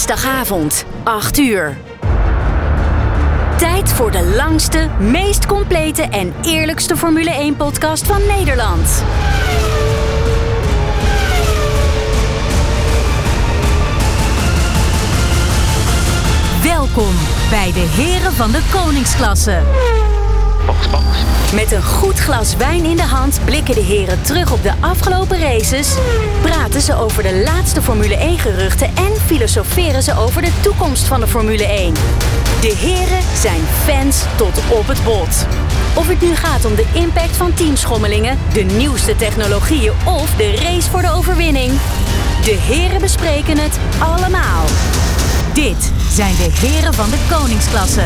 Dinsdagavond, 8:00. Tijd voor de langste, meest complete en eerlijkste Formule 1-podcast van Nederland. Welkom bij de heren van de koningsklasse. Met een goed glas wijn in de hand blikken de heren terug op de afgelopen races, praten ze over de laatste Formule 1-geruchten en filosoferen ze over de toekomst van de Formule 1. De heren zijn fans tot op het bot. Of het nu gaat om de impact van teamschommelingen, de nieuwste technologieën of de race voor de overwinning. De heren bespreken het allemaal. Dit zijn de heren van de koningsklasse.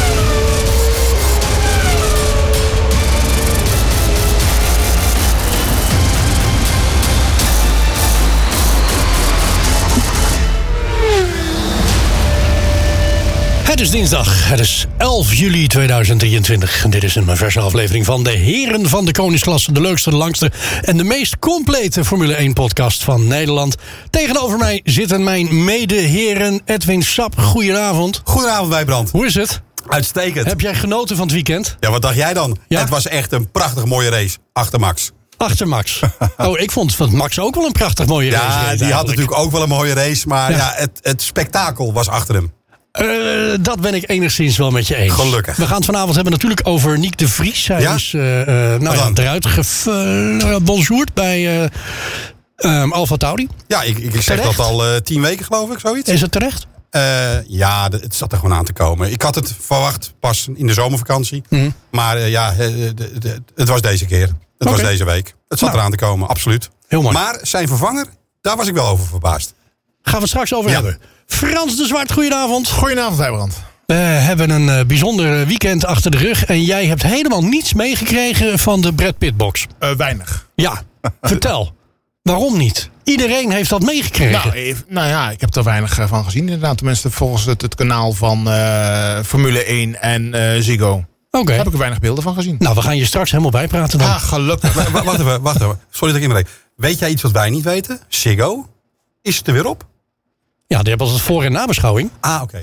Het is dinsdag, het is 11 juli 2023. En dit is een verse aflevering van de Heren van de Koningsklasse. De leukste, de langste en de meest complete Formule 1-podcast van Nederland. Tegenover mij zitten mijn medeheren Edwin Sap. Goedenavond. Goedenavond, Wijbrand. Hoe is het? Uitstekend. Heb jij genoten van het weekend? Ja, wat dacht jij dan? Ja? Het was echt een prachtig mooie race. Achter Max. Achter Max. Oh, ik vond Max ook wel een prachtig mooie race. Ja, die had natuurlijk ook wel een mooie race. Maar ja, het spektakel was achter hem. Dat ben ik enigszins wel met je eens. Gelukkig. We gaan het vanavond hebben natuurlijk over Nick de Vries. Hij is eruit gebonjourd bij Alfa Tauri. Ja, ik zeg Terecht? dat al 10 weken, geloof ik, zoiets. Is het terecht? Ja, het zat er gewoon aan te komen. Ik had het verwacht pas in de zomervakantie. Mm. Maar het was deze keer. Het was deze week. Het zat eraan te komen, absoluut. Heel mooi. Maar zijn vervanger, daar was ik wel over verbaasd. Gaan we het straks over hebben. Frans de Zwart, goedenavond. Goedenavond, Wijbrand. We hebben een bijzonder weekend achter de rug. En jij hebt helemaal niets meegekregen van de Brad Pitt box. Weinig. Ja, vertel. Waarom niet? Iedereen heeft dat meegekregen. Nou ja, ik heb er weinig van gezien. Inderdaad, tenminste volgens het kanaal van Formule 1 en Ziggo. Oké. Daar heb ik er weinig beelden van gezien. Nou, we gaan je straks helemaal bijpraten dan. Ah, gelukkig. Wacht even. Sorry dat ik inbreek. Weet jij iets wat wij niet weten? Ziggo? Is het er weer op? Ja, die hebben altijd voor- en nabeschouwing. Ah, oké.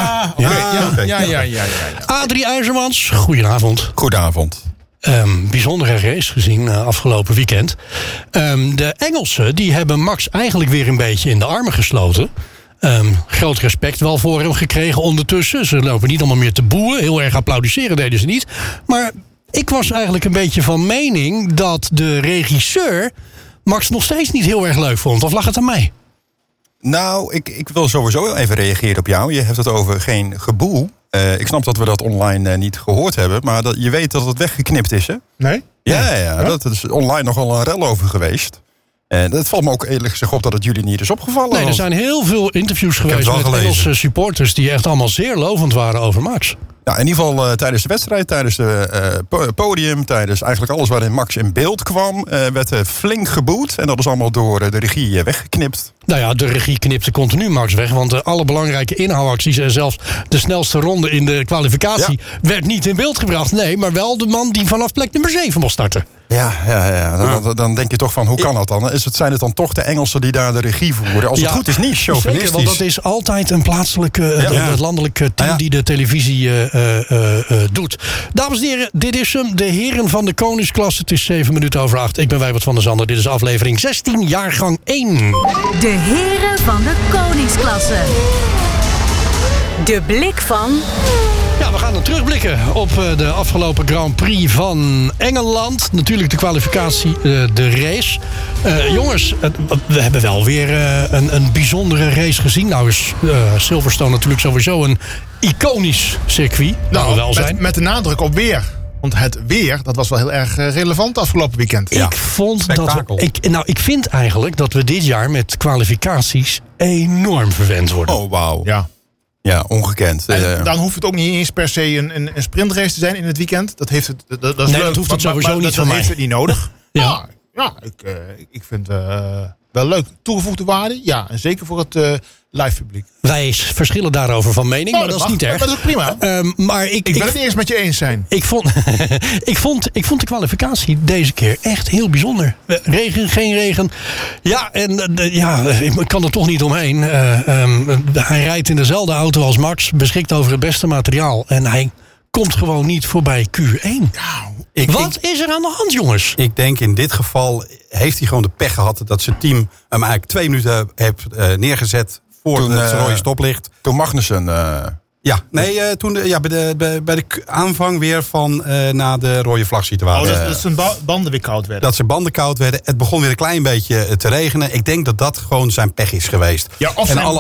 Ja. Adrie IJzermans, goedenavond. Goedenavond. Bijzondere race gezien afgelopen weekend. De Engelsen die hebben Max eigenlijk weer een beetje in de armen gesloten. Groot respect wel voor hem gekregen ondertussen. Ze lopen niet allemaal meer te boeien. Heel erg applaudisseren deden ze niet. Maar ik was eigenlijk een beetje van mening dat de regisseur Max nog steeds niet heel erg leuk vond. Of lag het aan mij? Nou, ik wil sowieso even reageren op jou. Je hebt het over geen geboel. Ik snap dat we dat online niet gehoord hebben. Maar je weet dat het weggeknipt is, hè? Nee? Ja. Dat is online nogal een rel over geweest. En het valt me ook eerlijk gezegd op dat het jullie niet is opgevallen. Nee, er zijn heel veel interviews geweest met Engelse supporters die echt allemaal zeer lovend waren over Max. Ja, in ieder geval tijdens de wedstrijd, tijdens de podium, tijdens eigenlijk alles waarin Max in beeld kwam, werd flink geboet. En dat is allemaal door de regie weggeknipt. Nou ja, de regie knipte continu Max weg. Want alle belangrijke inhaalacties en zelfs de snelste ronde in de kwalificatie werd niet in beeld gebracht. Nee, maar wel de man die vanaf plek nummer 7 mocht starten. Ja. Dan denk je toch van, hoe kan dat dan? Zijn het dan toch de Engelsen die daar de regie voeren? Als het goed is, niet chauvinistisch. Zeker, want dat is altijd een plaatselijke, het landelijke team die de televisie doet. Dames en heren, dit is hem. De heren van de koningsklasse. Het is 7 minuten over 8. Ik ben Wijbert van der Zanden. Dit is aflevering 16, jaargang 1. De heren van de koningsklasse. De blik van... Ja, we gaan dan terugblikken op de afgelopen Grand Prix van Engeland. Natuurlijk de kwalificatie, de race. Jongens, we hebben wel weer een bijzondere race gezien. Nou is Silverstone natuurlijk sowieso een iconisch circuit. Nou, wel zijn. Met de nadruk op weer. Want het weer, dat was wel heel erg relevant afgelopen weekend. Ik vind eigenlijk dat we dit jaar met kwalificaties enorm verwend worden. Oh, wauw. Ja, ongekend. En dan hoeft het ook niet eens per se een sprintrace te zijn in het weekend. Dat heeft het. Dat is nee, leuk, dat hoeft het sowieso niet van mij. Dat heeft het niet nodig. Ja. Ik vind wel leuk. Toegevoegde waarde? Ja, en zeker voor het live publiek. Wij verschillen daarover van mening, maar dat is niet erg. Dat is ook prima. Maar ik ben het niet eens met je eens zijn. Ik vond de kwalificatie deze keer echt heel bijzonder. Regen, geen regen. Ja, ik kan er toch niet omheen. Hij rijdt in dezelfde auto als Max, beschikt over het beste materiaal. En hij komt gewoon niet voorbij Q1. Wat is er aan de hand, jongens? Ik denk in dit geval heeft hij gewoon de pech gehad dat zijn team hem eigenlijk 2 minuten heeft neergezet voor het rode stoplicht. Toen Magnussen... bij de aanvang weer van na de rode vlagsituatie. Dat zijn banden weer koud werden. Dat zijn banden koud werden. Het begon weer een klein beetje te regenen. Ik denk dat dat gewoon zijn pech is geweest. Ja,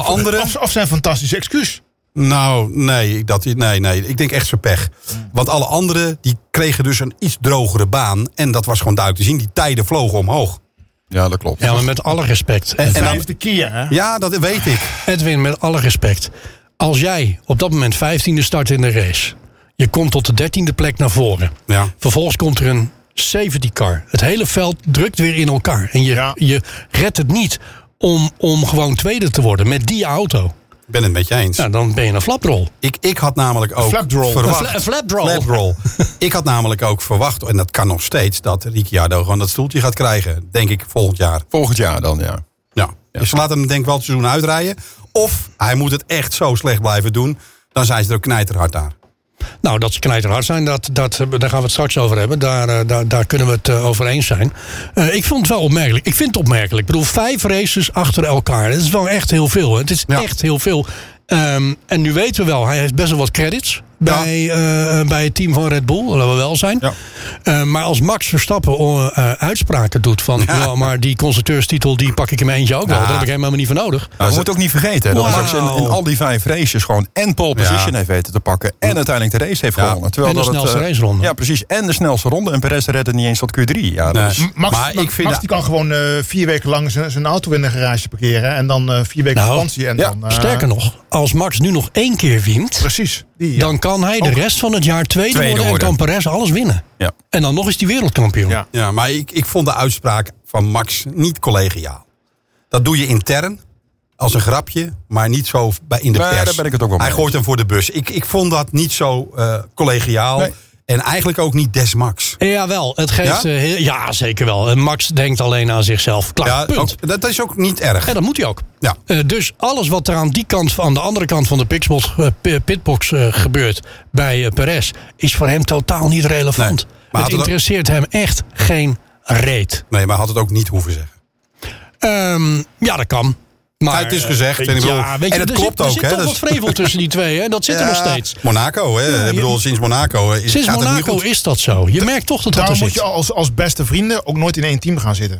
of zijn fantastische excuus. Nou, nee. Ik denk echt zijn pech. Want alle anderen die kregen dus een iets drogere baan. En dat was gewoon duidelijk te zien. Die tijden vlogen omhoog. Ja, dat klopt. Ja, maar met alle respect. En dan de Kia, hè? Ja, dat weet ik. Edwin, met alle respect. Als jij op dat moment 15e start in de race. Je komt tot de 13e plek naar voren. Ja. Vervolgens komt er een safety car. Het hele veld drukt weer in elkaar. En je redt het niet om gewoon tweede te worden met die auto. Ik ben het met je eens. Nou, dan ben je een flapdrol. Ik had namelijk ook verwacht... Een flapdrol. Ik had namelijk ook verwacht, en dat kan nog steeds, dat Ricciardo gewoon dat stoeltje gaat krijgen. Denk ik volgend jaar. Volgend jaar dan, ja. Ja. Dus ze laten hem denk ik wel het seizoen uitrijden. Of hij moet het echt zo slecht blijven doen. Dan zijn ze er ook knijterhard aan. Nou, dat ze knijterhard zijn, daar gaan we het straks over hebben. Daar kunnen we het over eens zijn. Ik vond het wel opmerkelijk. Ik vind het opmerkelijk. Ik bedoel, 5 races achter elkaar. Dat is wel echt heel veel. Hè? Het is echt heel veel. En nu weten we wel, hij heeft best wel wat credits bij het team van Red Bull. Laten we wel zijn. Ja. Maar als Max Verstappen uitspraken doet van... Ja, maar die constructeurstitel die pak ik in mijn eentje ook wel. Daar heb ik helemaal niet voor nodig. Nou, we moeten ook niet vergeten dat Max in al die 5 races gewoon en pole position heeft weten te pakken. En uiteindelijk de race heeft gewonnen. Terwijl en de snelste raceronde. Ja, precies. En de snelste ronde. En Perez redde niet eens tot Q3. Ja, Max die kan gewoon 4 weken lang zijn auto in de garage parkeren. En dan 4 weken vakantie. En sterker nog, als Max nu nog 1 keer wint... Precies. Dan kan hij de rest van het jaar tweede worden en kan Perez alles winnen. Ja. En dan nog is hij wereldkampioen. Ja, maar ik vond de uitspraak van Max niet collegiaal. Dat doe je intern, als een grapje, maar niet zo in de pers. Daar ben ik het ook wel mee. Hij gooit hem voor de bus. Ik vond dat niet zo collegiaal. Nee. En eigenlijk ook niet des Max. Jawel, het geeft... Ja, zeker wel. Max denkt alleen aan zichzelf. Klaar, punt. Ook, dat is ook niet erg. Ja, dat moet hij ook. Ja. Dus alles wat er aan de andere kant van de pitbox gebeurt bij Perez... is voor hem totaal niet relevant. Nee, maar het interesseert hem echt geen reet. Nee, maar had het ook niet hoeven zeggen. Ja, dat kan. Maar het is gezegd. En het klopt ook. Er zit toch wat vrevel tussen die twee. Hè? Dat zit er nog steeds. Monaco, hè? Ik bedoel, sinds Monaco is dat zo. Je merkt toch dat er zit. Moet je als beste vrienden ook nooit in één team gaan zitten.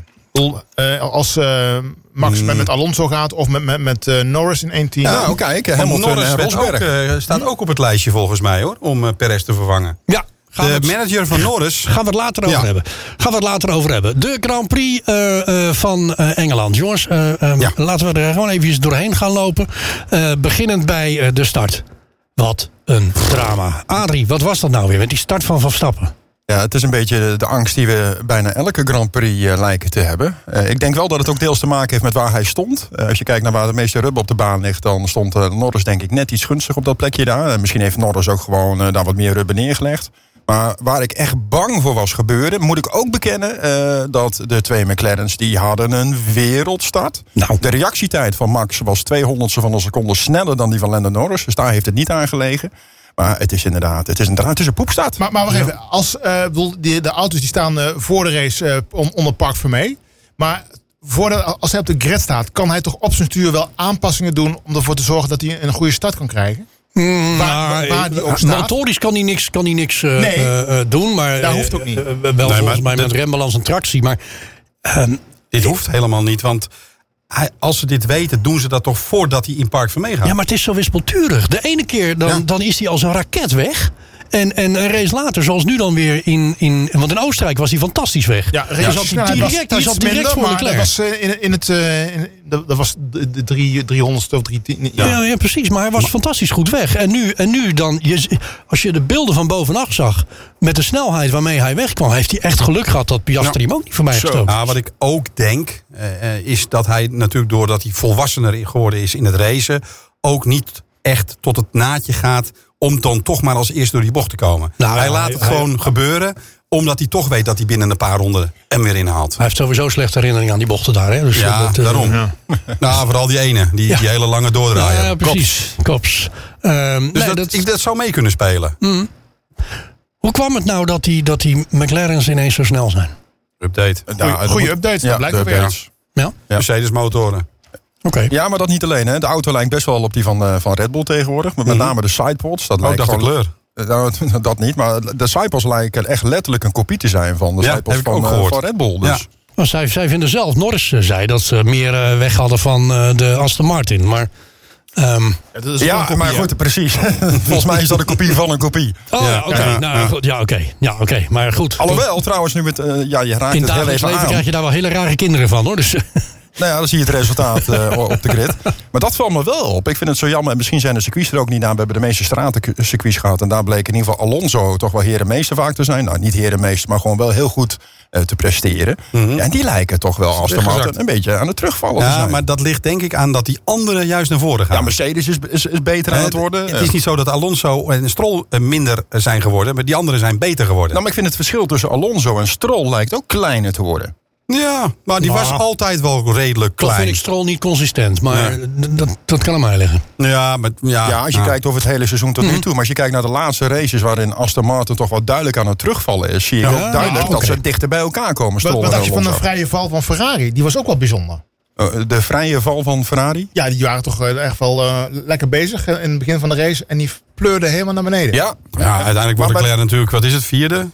Als Max met Alonso gaat of met Norris in één team. Ja, kijk. Norris staat ook op het lijstje volgens mij, hoor. Om Perez te vervangen. Ja. De manager van Norris. Gaan we het later over hebben. De Grand Prix van Engeland. Jongens, laten we er gewoon even doorheen gaan lopen. Beginnend bij de start. Wat een drama. Adrie, wat was dat nou weer met die start van Verstappen? Ja, het is een beetje de angst die we bijna elke Grand Prix lijken te hebben. Ik denk wel dat het ook deels te maken heeft met waar hij stond. Als je kijkt naar waar de meeste rubber op de baan ligt... dan stond Norris denk ik net iets gunstig op dat plekje daar. Misschien heeft Norris ook gewoon daar wat meer rubber neergelegd. Maar waar ik echt bang voor was gebeuren... moet ik ook bekennen dat de 2 McLaren's... die hadden een wereldstart. Nou. De reactietijd van Max was 200ste van een seconde sneller... dan die van Lando Norris. Dus daar heeft het niet aan gelegen. Maar het is inderdaad, het is een poepstart. Maar wacht even, als de auto's die staan voor de race onder Park Vermee. Maar als hij op de grid staat, kan hij toch op zijn stuur wel aanpassingen doen... om ervoor te zorgen dat hij een goede start kan krijgen? Waar die ook staat. Motorisch kan hij niks doen. Maar dat hoeft ook niet. Volgens mij met rembalans en tractie. Maar dit hoeft helemaal niet, want... Als ze dit weten, doen ze dat toch voordat hij in Park Vermee gaat? Ja, maar het is zo wispelturig. De ene keer dan is hij als een raket weg. En een race later, zoals nu dan weer want in Oostenrijk was hij fantastisch weg. Ja, hij zat direct voor Leclerc. Dat was de 300ste of 310. Ja, precies. Maar hij was fantastisch goed weg. En nu dan, als je de beelden van bovenaf zag, met de snelheid waarmee hij wegkwam, heeft hij echt geluk gehad dat Piastri hem ook niet voorbij gestoken. Ja, wat ik ook denk, is dat hij natuurlijk doordat hij volwassener geworden is in het racen, ook niet echt tot het naadje gaat om dan toch maar als eerste door die bocht te komen. Hij laat het gewoon gebeuren, omdat hij toch weet dat hij binnen een paar ronden hem weer inhaalt. Hij heeft sowieso slechte herinnering aan die bochten daar. Hè? Dus daarom. Ja. Nou, vooral die ene, die hele lange doordraaier. Ja, precies. Kops. Dus dat zou mee kunnen spelen. Hoe kwam het nou dat die McLaren's ineens zo snel zijn? Update. Goeie updates, dat blijkt weer. Ja. Mercedes motoren. Okay. Ja, maar dat niet alleen. Hè. De auto lijkt best wel op die van Red Bull tegenwoordig. Met name de sidepods. Dat lijkt gewoon kleur. Dat niet, maar de sidepods lijken echt letterlijk een kopie te zijn van de sidepods van Red Bull. Dus. Ja. Zij vinden zelf, Norris zei dat ze meer weg hadden van de Aston Martin. Maar maar goed, precies. Volgens mij is dat een kopie van een kopie. Oké. Maar goed. Alhoewel, trouwens, nu met je raakt in het heel dagelijks even leven aan. krijg je daar wel hele rare kinderen van, hoor. Dus. Nou ja, dan zie je het resultaat op de grid. Maar dat valt me wel op. Ik vind het zo jammer. En misschien zijn de circuits er ook niet aan. We hebben de meeste stratencircuits gehad. En daar bleek in ieder geval Alonso toch wel herenmeester vaak te zijn. Nou, niet herenmeester, maar gewoon wel heel goed te presteren. Ja, en die lijken toch wel als de Martin een beetje aan het terugvallen te zijn. Ja, maar dat ligt denk ik aan dat die anderen juist naar voren gaan. Ja, Mercedes is beter aan het worden. Het is niet zo dat Alonso en Stroll minder zijn geworden. Maar die anderen zijn beter geworden. Nou, maar ik vind het verschil tussen Alonso en Stroll lijkt ook kleiner te worden. Ja, maar die was altijd wel redelijk klein. Dat vind ik Stroll niet consistent, maar dat kan aan mij liggen. Ja, als je kijkt over het hele seizoen tot nu toe. Maar als je kijkt naar de laatste races waarin Aston Martin toch wel duidelijk aan het terugvallen is, zie je ook duidelijk dat ze dichter bij elkaar komen. Wat dacht je van de vrije val van Ferrari? Die was ook wel bijzonder. De vrije val van Ferrari? Ja, die waren toch echt wel lekker bezig in het begin van de race. En die pleurden helemaal naar beneden. Ja, uiteindelijk wordt Leclerc natuurlijk, wat is het,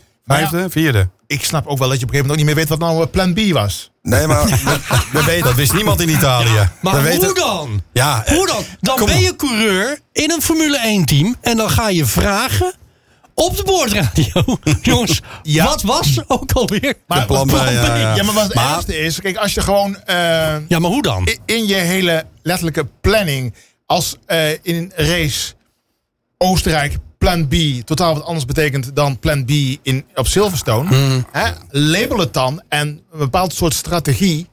vierde? Ik snap ook wel dat je op een gegeven moment ook niet meer weet wat nou plan B was. Nee, maar we weten, dat wist niemand in Italië. Ja, maar hoe dan? Ja, hoe dan? Dan ben je coureur in een Formule 1 team en dan ga je vragen op de boordradio. Jongens, wat was ook alweer? Maar plan B. Ja, maar wat het ergste is, kijk, als je gewoon maar hoe dan? In je hele letterlijke planning, als in een race Oostenrijk plan B totaal wat anders betekent dan plan B op Silverstone. Label het dan en een bepaald soort strategie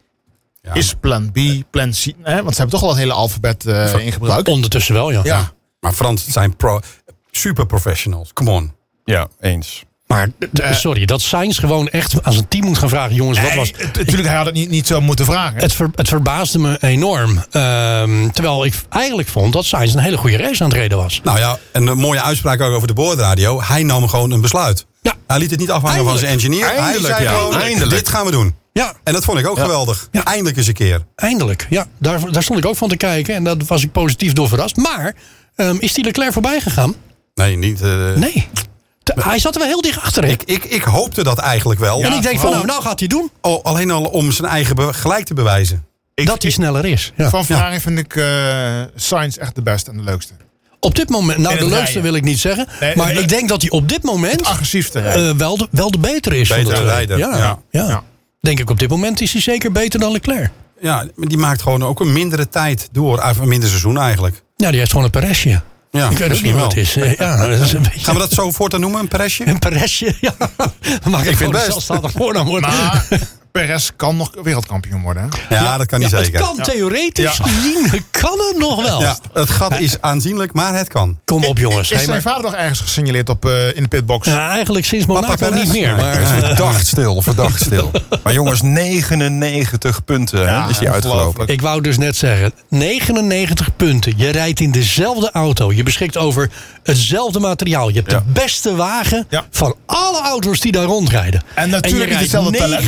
is plan B, plan C. Want ze hebben toch al het hele alfabet ingebruikt. Ondertussen wel, ja. Maar Frans, het zijn super professionals. Come on. Ja, eens. Maar sorry, dat Sainz gewoon echt aan zijn team moet gaan vragen. Jongens, wat was... Natuurlijk, hij had het niet zo moeten vragen. Het verbaasde me enorm. Terwijl ik eigenlijk vond dat Sainz een hele goede race aan het reden was. Nou ja, en een mooie uitspraak ook over de boordradio. Hij nam gewoon een besluit. Ja. Hij liet het niet afhangen van zijn engineer. Eindelijk, hij zei gewoon, dit gaan we doen. Ja. En dat vond ik ook geweldig. Ja. Eindelijk eens een keer. Eindelijk, ja. Daar stond ik ook van te kijken. En daar was ik positief door verrast. Maar is die Leclerc voorbij gegaan? Nee, niet. Nee. Hij zat er wel heel dicht achter. Ik hoopte dat eigenlijk wel. Ja, en ik denk van nou gaat hij doen. Alleen al om zijn eigen gelijk te bewijzen. Dat hij sneller is. Ja. Van Ferrari vind ik Sainz echt de beste en de leukste. Op dit moment, de leukste wil ik niet zeggen. Nee, maar ik denk dat hij op dit moment het agressiefste rijden. wel de betere is. Betere rijder. Ja. Denk ik op dit moment is hij zeker beter dan Leclerc. Ja, maar die maakt gewoon ook een mindere tijd door. Een minder seizoen eigenlijk. Ja, die heeft gewoon een Perezje. Ja, ik weet ook niet wat het is. Dat is een beetje... Gaan we dat zo voortaan noemen, een Perezje? Een Perezje, ja. Mag ik vind het zelfstandig voornaam worden. Maar Perez kan nog wereldkampioen worden. Hè? Ja, dat kan niet zeker. Het kan theoretisch gezien, kan het nog wel. Ja, het gat is aanzienlijk, maar het kan. Kom op, jongens. Is zijn vader nog ergens gesignaleerd in de pitbox? Ja, eigenlijk sinds Monaco niet meer. Maar... Verdacht stil. Maar jongens, 99 punten is hij uitgelopen. Ik wou dus net zeggen, 99 punten. Je rijdt in dezelfde auto. Je beschikt over hetzelfde materiaal. Je hebt de beste wagen van alle auto's die daar rondrijden. En natuurlijk niet hetzelfde talent.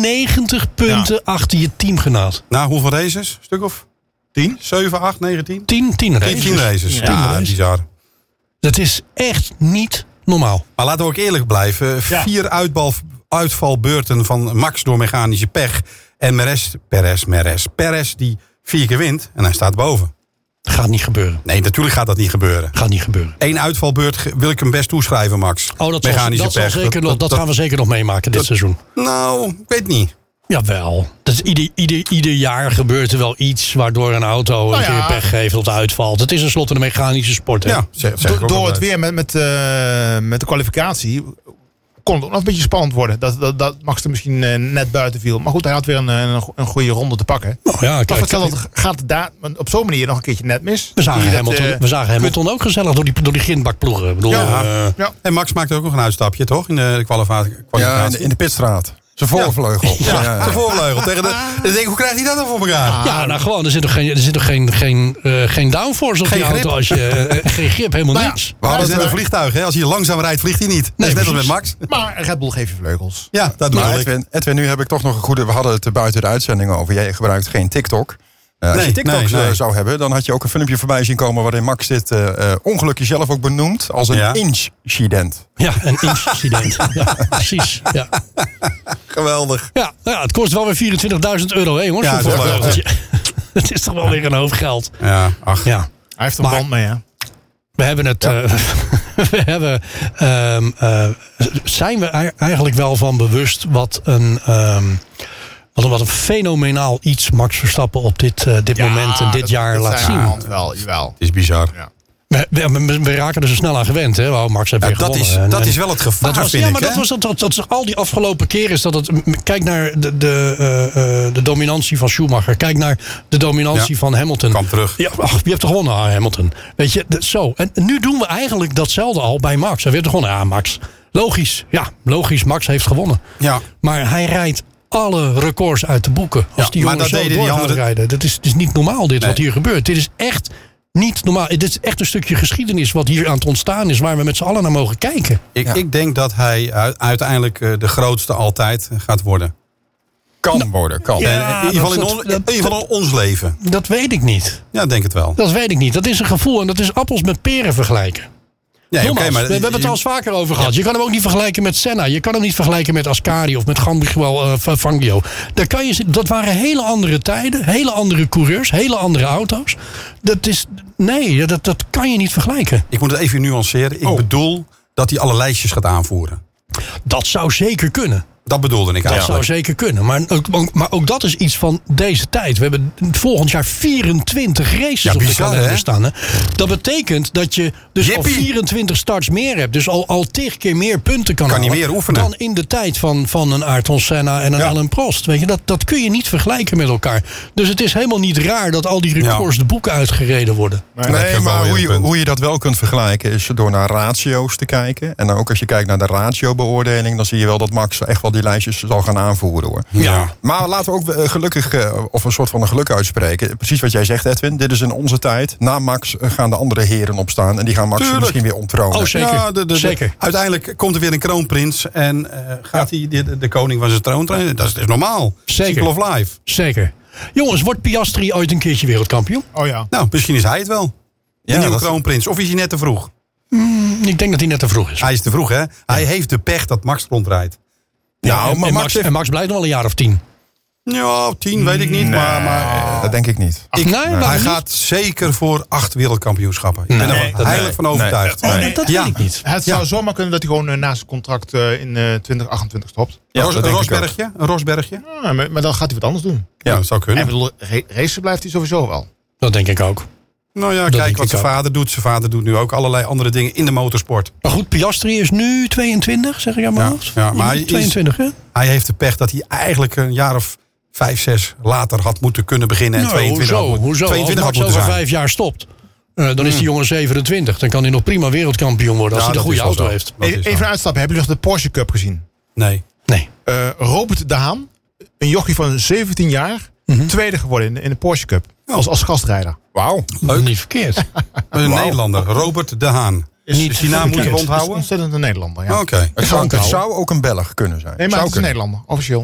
99 punten achter je teamgenoot. Nou, hoeveel races? Stuk of 10? 7, 8, 9, 10? 10 races. 10 races. Ja, bizar. Dat is echt niet normaal. Maar laten we ook eerlijk blijven. 4 uitvalbeurten van Max door mechanische pech. En Perez die 4 keer wint. En hij staat boven. Gaat niet gebeuren. Nee, natuurlijk gaat dat niet gebeuren. Gaat niet gebeuren. 1 uitvalbeurt wil ik hem best toeschrijven, Max. Oh, dat gaan we zeker nog meemaken dit seizoen. Nou, ik weet niet. Jawel. Dus ieder jaar gebeurt er wel iets waardoor een auto een keer pech geeft of uitvalt. Het is tenslotte een mechanische sport. Hè? Ja, door het weer met de kwalificatie kon het ook nog een beetje spannend worden. Dat Max er misschien net buiten viel. Maar goed, hij had weer een goede ronde te pakken. Oh ja, gaat het daar op zo'n manier nog een keertje net mis. We zagen Hamilton ook gezellig door die grindbakploegen. Ik bedoel, En Max maakte ook nog een uitstapje, toch? In de kwalificatie. Ja, in de pitstraat. Zijn voorvleugel. Ja, zijn voorvleugel. Dan denk ik, hoe krijgt hij dat dan voor elkaar? Ja, nou gewoon, er zit toch geen downforce op die auto. Als je, geen grip, helemaal niks. We hadden net een vliegtuig, hè? Als hij langzaam rijdt, vliegt hij niet. Dat is net als met Max. Maar Red Bull geeft je vleugels. Ja, dat doe ik. Edwin, nu heb ik toch nog een goede... We hadden het buiten de uitzending over. Jij gebruikt geen TikTok. Als je TikTok zou hebben, dan had je ook een filmpje voorbij zien komen... waarin Max dit ongelukje zelf ook benoemt als een incident. Ja, een incident. Ja, precies. Ja. Geweldig. Ja, het kost wel weer €24.000, hè, jongens. Ja, het is toch wel weer een hoop geld. Ja, ach. Ja. Hij heeft een band mee, hè? We hebben het... zijn we eigenlijk wel van bewust wat een fenomenaal iets Max Verstappen op dit moment en dit jaar laat zien. Wel, jawel. Het is bizar. Ja. We raken er zo snel aan gewend, hè? Wow, Max heeft weer gewonnen. Dat is wel het gevaar, dat was al die afgelopen keer is dat het... Kijk naar de dominantie van Schumacher. Kijk naar de dominantie van Hamilton. Kwam terug. Ja, wie heeft er gewonnen? Hamilton. Weet je, zo. En nu doen we eigenlijk datzelfde al bij Max. Hij heeft er gewonnen. Ja, Max. Logisch. Ja, logisch. Max heeft gewonnen. Ja. Maar hij rijdt alle records uit de boeken. Als die jongens zo door gaan rijden. Het is niet normaal wat hier gebeurt. Dit is echt... niet normaal. Dit is echt een stukje geschiedenis wat hier aan het ontstaan is... waar we met z'n allen naar mogen kijken. Ik denk dat hij uiteindelijk de grootste altijd gaat worden. Kan worden. Ja, in ieder geval in ons leven. Dat weet ik niet. Ja, denk het wel. Dat weet ik niet. Dat is een gevoel en dat is appels met peren vergelijken. Ja, maar we hebben het er al eens vaker over gehad. Je kan hem ook niet vergelijken met Senna. Je kan hem niet vergelijken met Ascari of met Fangio. Dat waren hele andere tijden, hele andere coureurs, hele andere auto's. Dat kan je niet vergelijken. Ik moet het even nuanceren. Ik bedoel dat hij alle lijstjes gaat aanvoeren. Dat zou zeker kunnen. Dat bedoelde ik eigenlijk. Dat zou zeker kunnen. Maar ook dat is iets van deze tijd. We hebben volgend jaar 24 races op de kalender staan. Hè? Dat betekent dat je dus al 24 starts meer hebt. Dus al 10 keer meer punten kan halen. Niet meer oefenen. Dan in de tijd van een Ayrton Senna en een Alain Prost. Weet je, dat kun je niet vergelijken met elkaar. Dus het is helemaal niet raar dat al die records de boeken uitgereden worden. Nee, maar hoe je dat wel kunt vergelijken is door naar ratio's te kijken. En dan ook als je kijkt naar de ratiobeoordeling, dan zie je wel dat Max echt wel die lijstjes zal gaan aanvoeren, hoor. Ja. Maar laten we ook gelukkig, of een soort van een geluk uitspreken. Precies wat jij zegt, Edwin. Dit is in onze tijd. Na Max gaan de andere heren opstaan. En die gaan Max misschien weer onttronen. Oh, zeker. Ja, zeker. Uiteindelijk komt er weer een kroonprins. En gaat hij de koning van zijn troon trainen. Dat is normaal. Zeker. Cycle of life. Zeker. Jongens, wordt Piastri ooit een keertje wereldkampioen? Oh ja. Nou, misschien is hij het wel. De nieuwe kroonprins. Of is hij net te vroeg? Ik denk dat hij net te vroeg is. Hij is te vroeg, hè? Ja. Hij heeft de pech dat Max rondrijdt. Ja, maar Max blijft nog wel een jaar of 10. Ja, 10 weet ik niet. Nee, maar dat denk ik niet. Hij gaat zeker voor 8 wereldkampioenschappen. Ik ben er heilig van overtuigd. Dat weet ik niet. Het zou zomaar kunnen dat hij gewoon na zijn contract in 2028 stopt. Ja, een Rosbergje? Ja, maar dan gaat hij wat anders doen. Ja, dat zou kunnen. En racen blijft hij sowieso wel. Dat denk ik ook. Nou ja, kijk wat zijn vader doet. Zijn vader doet nu ook allerlei andere dingen in de motorsport. Maar goed, Piastri is nu 22, zeg ik aan mijn hoofd. Ja, maar hij 22, hè? Hij heeft de pech dat hij eigenlijk een jaar of 5, 6 later had moeten kunnen beginnen. En 22 Hoezo? 22 als Max over 5 jaar stopt, dan is die jongen 27. Dan kan hij nog prima wereldkampioen worden als hij een goede auto heeft. Even een uitstapje. Hebben jullie nog de Porsche Cup gezien? Nee. Robert de Haan, een jochie van 17 jaar... tweede geworden in de Porsche Cup. Als gastrijder. Wauw. Leuk. Niet verkeerd. Een Nederlander, Robert de Haan. Is die naam moeten we onthouden? Ontzettend een Nederlander, ja. Oké. Het zou ook een Belg kunnen zijn. Nee, maar het is een Nederlander, officieel.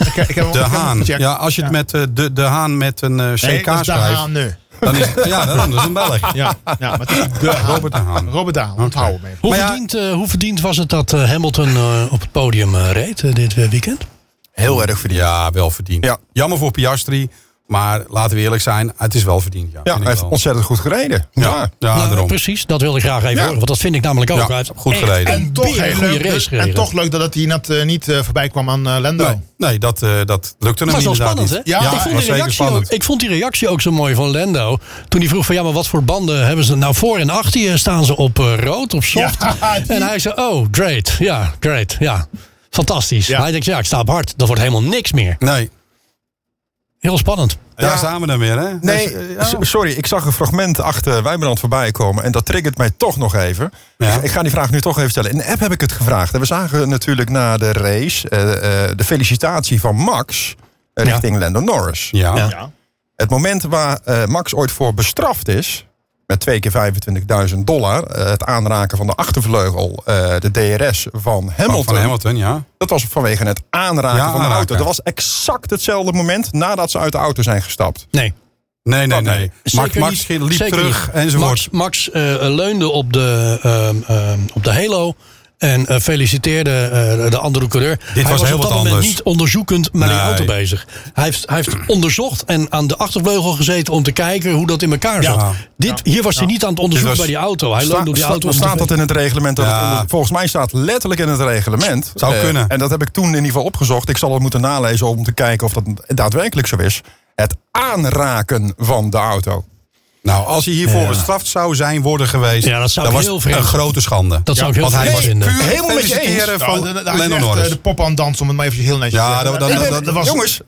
De Haan. Ja, als je het met de Haan met een CK schrijft. De Haan, dan is het een Belg. Ja, maar het is de Haan. Robert de Haan. Robert de Haan, onthouden mee. Hoe verdiend was het dat Hamilton op het podium reed dit weekend? Heel erg verdiend. Ja, wel verdiend. Ja. Jammer voor Piastri. Maar laten we eerlijk zijn, het is wel verdiend. Ja, hij heeft ontzettend goed gereden. Ja, Nou, daarom. Precies, dat wilde ik graag even horen. Want dat vind ik namelijk ook. Ja, Hij heeft goed echt gereden. een En toch, heel goede leuk, race gereden. en toch leuk dat hij net niet voorbij kwam aan Lando. Nee, dat lukte hem Dat was wel inderdaad spannend, niet. hè? Ja, ik, was vond die zeker reactie ook, spannend. ik vond die reactie ook zo mooi van Lando. Toen hij vroeg van, ja, maar wat voor banden hebben ze? Nou, voor en achter staan ze op rood, op soft. Ja, En hij zei, oh, great. Ja, great. Ja, fantastisch. Ja. Hij denkt, ja, ik sta op hard. Dat wordt helemaal niks meer. Nee, Heel spannend. daar staan we dan weer, hè? Nee, Dus, sorry, ik zag een fragment achter Wijbrand voorbij komen. En dat triggert mij toch nog even. Ja. Ik ga die vraag nu toch even stellen. In de app heb ik het gevraagd. En we zagen natuurlijk na de race de felicitatie van Max richting Lando Norris. Ja. Ja. Het moment waar Max ooit voor bestraft is, met 2 keer $25.000, het aanraken van de achtervleugel, de DRS van Hamilton. Van Hamilton, ja. Dat was vanwege het aanraken van de aanraken. auto. Dat was exact hetzelfde moment nadat ze uit de auto zijn gestapt. Nee. Nee. Zeker Max niet. liep Zeker terug niet. enzovoort. Max leunde op de halo en feliciteerde de andere coureur. Dit Hij was heel op wat dat moment anders. niet onderzoekend met die Nee. auto bezig. Hij heeft onderzocht en aan de achtervleugel gezeten om te kijken hoe dat in elkaar zat. Ja. Hier was hij niet aan het onderzoeken Dit bij was- die auto. Hij leunde op die auto. om te Staat dat in het reglement? Dat Ja. het volgens mij staat letterlijk in het reglement. Zou kunnen. En dat heb ik toen in ieder geval opgezocht. Ik zal het moeten nalezen om te kijken of dat daadwerkelijk zo is. Het aanraken van de auto. Nou, als hij hiervoor Ja. bestraft zou zijn worden geweest, Ja, dat zou dan ik was heel het vreemd een grote schande. Dat zou ik heel Want hij vreemd was vinden. puur Helemaal met je eens. feliciteren van Lando Norris. De pop aan het dansen, om het maar eventjes heel netjes Ja, te zeggen. dat was- Jongens,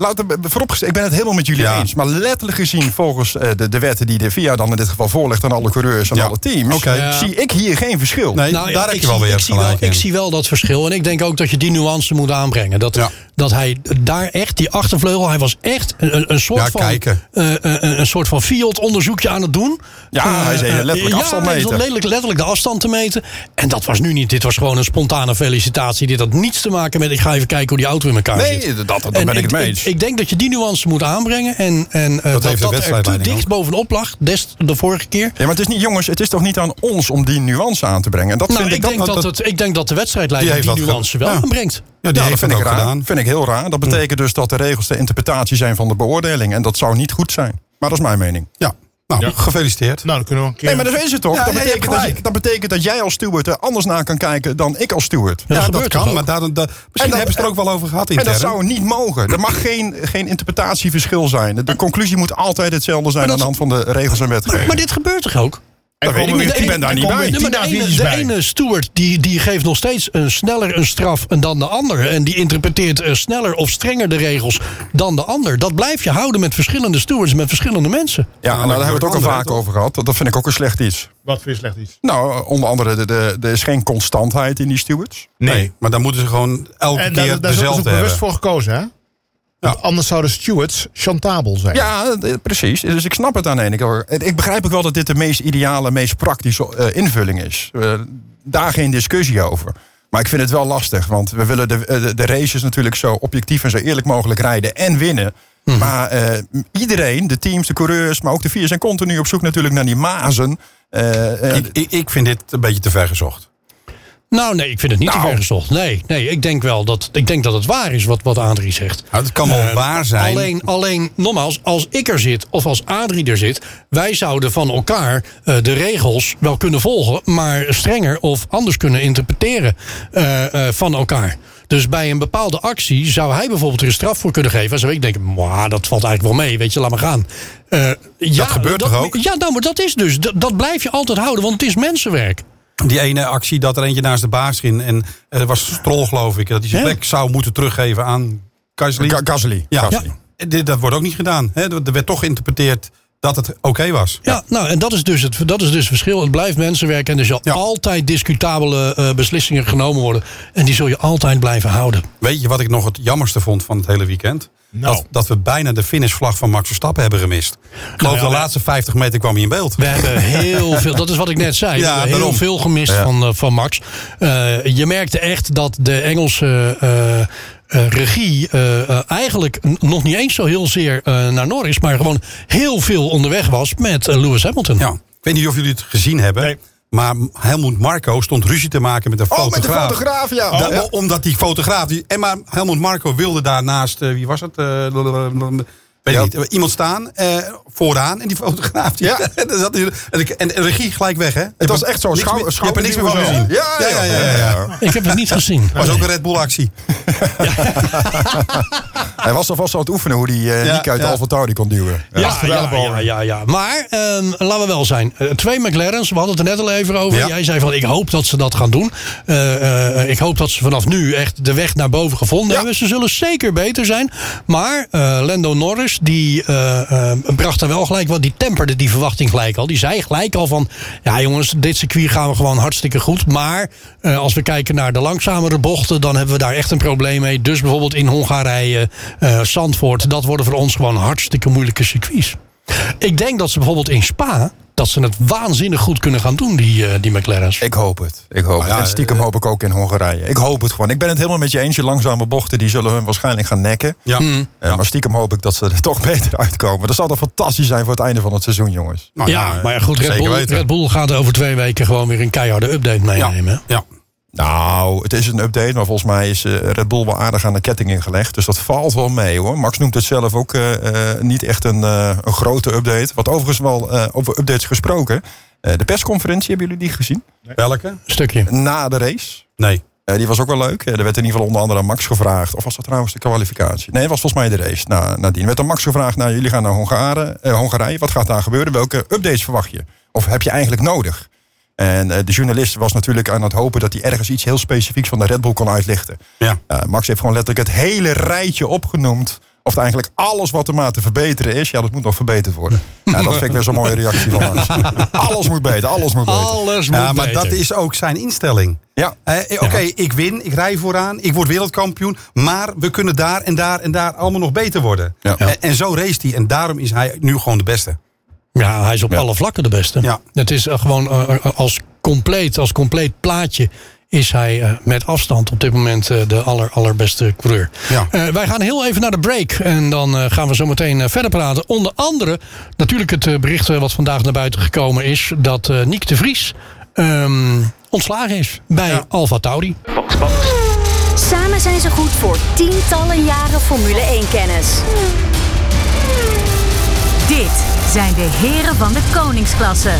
ik ben het helemaal met jullie Ja. eens. Maar letterlijk gezien, volgens de wetten die de FIA dan in dit geval voorlegt aan alle coureurs en Ja. alle teams, Oké. Ja. zie ik hier geen verschil. Nee, Nou, daar heb ik je wel zie- weer ik zie wel, gelijk in. ik zie wel dat verschil. En ik denk ook dat je die nuance moet aanbrengen. Dat hij daar echt, die achtervleugel, hij was echt een soort Ja, van kijken. een soort van Fiat-onderzoekje aan het doen. Ja, hij is letterlijk afstand hij meten. is letterlijk de afstand te meten. En dat was nu niet. Dit was gewoon een spontane felicitatie. Dit had niets te maken met, ik ga even kijken hoe die auto in elkaar zit. Nee, dat En ben ik het mee eens. Ik denk dat je die nuance moet aanbrengen. En heeft de dat er te wedstrijdleiding dicht ook. bovenop lag, des de vorige keer. Ja, maar het is niet, jongens, het is toch niet aan ons om die nuance aan te brengen. En dat Nou, vind ik denk dat de wedstrijdleider Die die, heeft dat nuance wel ja. aanbrengt. Ja, die Ja, heeft dat vind het ik ook raar. gedaan. Vind ik heel raar. Dat betekent dus dat de regels de interpretatie zijn van de beoordeling. En dat zou niet goed zijn. Maar dat is mijn mening. Ja, nou, gefeliciteerd. Nou, dan kunnen we een keer... Nee, maar dat is het toch? Ja, dat, ja, betekent je hebt dat, gelijk. dat betekent dat jij als steward er anders naar kan kijken dan ik als steward. Ja, Ja, dat gebeurt toch kan, ook? maar misschien En dat- hebben ze het er ook wel over gehad En intern. dat zou niet mogen. Er mag geen interpretatieverschil zijn. De conclusie moet altijd hetzelfde zijn Maar aan de hand van de regels en wetgeving. Maar dit gebeurt toch ook? Dat weet ik niet. Ik ben daar niet bij. Nee, maar de ene steward die geeft nog steeds sneller een straf dan de ander. En die interpreteert sneller of strenger de regels dan de ander. Dat blijf je houden met verschillende stewards, met verschillende mensen. Ja, nou, daar hebben we het ook al vaak over gehad. Dat vind ik ook een slecht iets. Wat vind je slecht iets? Nou, onder andere, er is geen constantheid in die stewards. Nee, maar dan moeten ze gewoon elke En keer daar is ook dezelfde bewust hebben. voor gekozen, hè? Want anders zouden stewards chantabel zijn. Ja, precies. Dus ik snap het aan de ene kant. Ik begrijp ook wel dat dit de meest ideale, meest praktische invulling is. Daar geen discussie over. Maar ik vind het wel lastig, want we willen de races natuurlijk zo objectief en zo eerlijk mogelijk rijden en winnen. Maar iedereen, de teams, de coureurs, maar ook de FIA zijn continu op zoek natuurlijk naar die mazen. Ik vind dit een beetje te ver gezocht. Nou, nee, ik vind het niet te ver gezocht. Nee, ik denk wel dat het waar is wat Adrie zegt. Nou, het kan wel waar zijn. Alleen, nogmaals, als ik er zit of als Adrie er zit, wij zouden van elkaar de regels wel kunnen volgen, maar strenger of anders kunnen interpreteren van elkaar. Dus bij een bepaalde actie zou hij bijvoorbeeld er een straf voor kunnen geven. En zou ik denken, dat valt eigenlijk wel mee, weet je, laat maar gaan. Dat gebeurt toch ook? Ja, nou, maar dat is dus, dat blijf je altijd houden, want het is mensenwerk. Die ene actie dat er eentje naast de baas ging. En er was Stroll, geloof ik. Dat hij zijn plek zou moeten teruggeven aan Gasly. Gasly. Ja, dat wordt ook niet gedaan. Hè? Er werd toch geïnterpreteerd dat het oké was. Ja, nou, en dat is dus het verschil. Het blijft mensenwerk en er zal altijd discutabele beslissingen genomen worden. En die zul je altijd blijven houden. Weet je wat ik nog het jammerste vond van het hele weekend? Nou. Dat we bijna de finishvlag van Max Verstappen hebben gemist. Ik geloof de laatste 50 meter kwam hij in beeld. We hebben heel veel, dat is wat ik net zei. Ja, we hebben heel daarom. veel gemist van Max. Je merkte echt dat de Engelse regie eigenlijk nog niet eens zo heel zeer naar Norris, maar gewoon heel veel onderweg was met Lewis Hamilton. Ja, ik weet niet of jullie het gezien hebben. Nee. Maar Helmut Marko stond ruzie te maken met een fotograaf. met de fotograaf, ja. Omdat die fotograaf... Maar Helmut Marko wilde daarnaast... wie was het? Weet ik niet. Iemand staan vooraan en die fotograaf. En regie gelijk weg, hè? Het was echt zo. Je hebt er niks meer van gezien. Ja. Ik heb het niet gezien. Was ook een Red Bull actie. Hij was alvast aan het oefenen hoe hij Nick uit de AlphaTauri kon duwen. Ja. Maar laten we wel zijn. 2 McLaren's, we hadden het er net al even over. Ja. Jij zei van, ik hoop dat ze dat gaan doen. Ik hoop dat ze vanaf nu echt de weg naar boven gevonden hebben. Ze zullen zeker beter zijn. Maar Lando Norris, die bracht er wel gelijk wat. Die temperde die verwachting gelijk al. Die zei gelijk al van, ja jongens, dit circuit gaan we gewoon hartstikke goed. Maar als we kijken naar de langzamere bochten, dan hebben we daar echt een probleem mee. Dus bijvoorbeeld in Hongarije, Zandvoort, dat worden voor ons gewoon hartstikke moeilijke circuits. Ik denk dat ze bijvoorbeeld in Spa, dat ze het waanzinnig goed kunnen gaan doen, die McLaren's. Ik hoop het. En stiekem hoop ik ook in Hongarije. Ik hoop het gewoon. Ik ben het helemaal met je eens. Je langzame bochten, die zullen hun waarschijnlijk gaan nekken. Ja. Maar stiekem hoop ik dat ze er toch beter uitkomen. Dat zal toch fantastisch zijn voor het einde van het seizoen, jongens. Nou, maar goed, Red Bull gaat over 2 weken gewoon weer een keiharde update meenemen. Ja. Nou, het is een update, maar volgens mij is Red Bull wel aardig aan de ketting ingelegd. Dus dat valt wel mee, hoor. Max noemt het zelf ook niet echt een grote update. Wat overigens wel over updates gesproken. De persconferentie, hebben jullie die gezien? Welke? Een stukje. Na de race. Nee. Die was ook wel leuk. Er werd in ieder geval onder andere aan Max gevraagd. Of was dat trouwens de kwalificatie? Nee, het was volgens mij de race. Nadien werd aan Max gevraagd, nou, jullie gaan naar Hongarije. Wat gaat daar gebeuren? Welke updates verwacht je? Of heb je eigenlijk nodig? En de journalist was natuurlijk aan het hopen dat hij ergens iets heel specifieks van de Red Bull kon uitlichten. Ja. Max heeft gewoon letterlijk het hele rijtje opgenoemd. Of eigenlijk alles wat er maar te verbeteren is. Ja, dat moet nog verbeterd worden. Ja, dat vind ik weer zo'n mooie reactie van Max. Alles moet beter, alles moet beter. Maar dat is ook zijn instelling. Ja. Oké, ik win, ik rij vooraan, ik word wereldkampioen. Maar we kunnen daar en daar en daar allemaal nog beter worden. Ja. En zo race hij. En daarom is hij nu gewoon de beste. Ja, hij is op alle vlakken de beste. Ja. Het is gewoon als compleet plaatje is hij met afstand op dit moment de allerbeste coureur. Ja. Wij gaan heel even naar de break. En dan gaan we zo meteen verder praten. Onder andere natuurlijk het bericht wat vandaag naar buiten gekomen is. Dat Nick de Vries ontslagen is bij AlphaTauri. Samen zijn ze goed voor tientallen jaren Formule 1-kennis. Dit zijn de heren van de koningsklasse.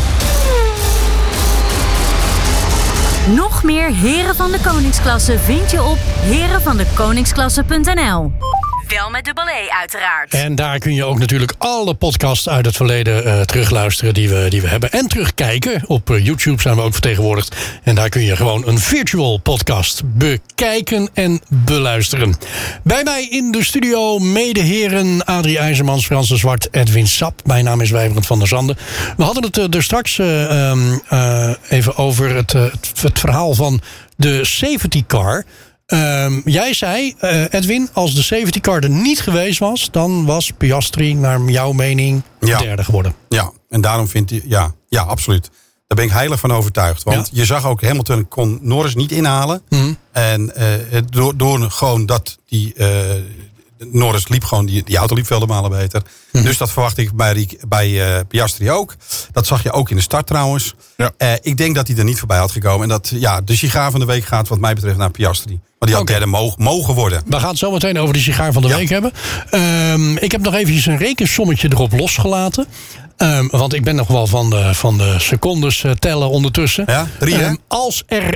Nog meer heren van de koningsklasse vind je op herenvandekoningsklasse.nl. Wel met dubbel E uiteraard. En daar kun je ook natuurlijk alle podcasts uit het verleden terugluisteren die we hebben. En terugkijken. Op YouTube zijn we ook vertegenwoordigd. En daar kun je gewoon een virtual podcast bekijken en beluisteren. Bij mij in de studio medeheren Adrie IJzermans, Frans de Zwart, Edwin Sap. Mijn naam is Wijbrand van der Zanden. We hadden het er straks even over het verhaal van de safety car. Jij zei, Edwin, als de safety car er niet geweest was, dan was Piastri naar jouw mening derde geworden. Ja, en daarom vindt hij, ja, absoluut. Daar ben ik heilig van overtuigd. Want je zag ook, Hamilton kon Norris niet inhalen. Mm-hmm. En door gewoon dat die Norris liep gewoon, die auto liep vele malen beter. Mm-hmm. Dus dat verwacht ik bij Piastri ook. Dat zag je ook in de start trouwens. Ja. Ik denk dat hij er niet voorbij had gekomen. En dat de sigaar van de week gaat wat mij betreft naar Piastri. Maar die had derde mogen worden. We gaan het zo meteen over de sigaar van de week hebben. Ik heb nog eventjes een rekensommetje erop losgelaten. Want ik ben nog wel van de secondes tellen ondertussen. Ja, 3 hè? Als er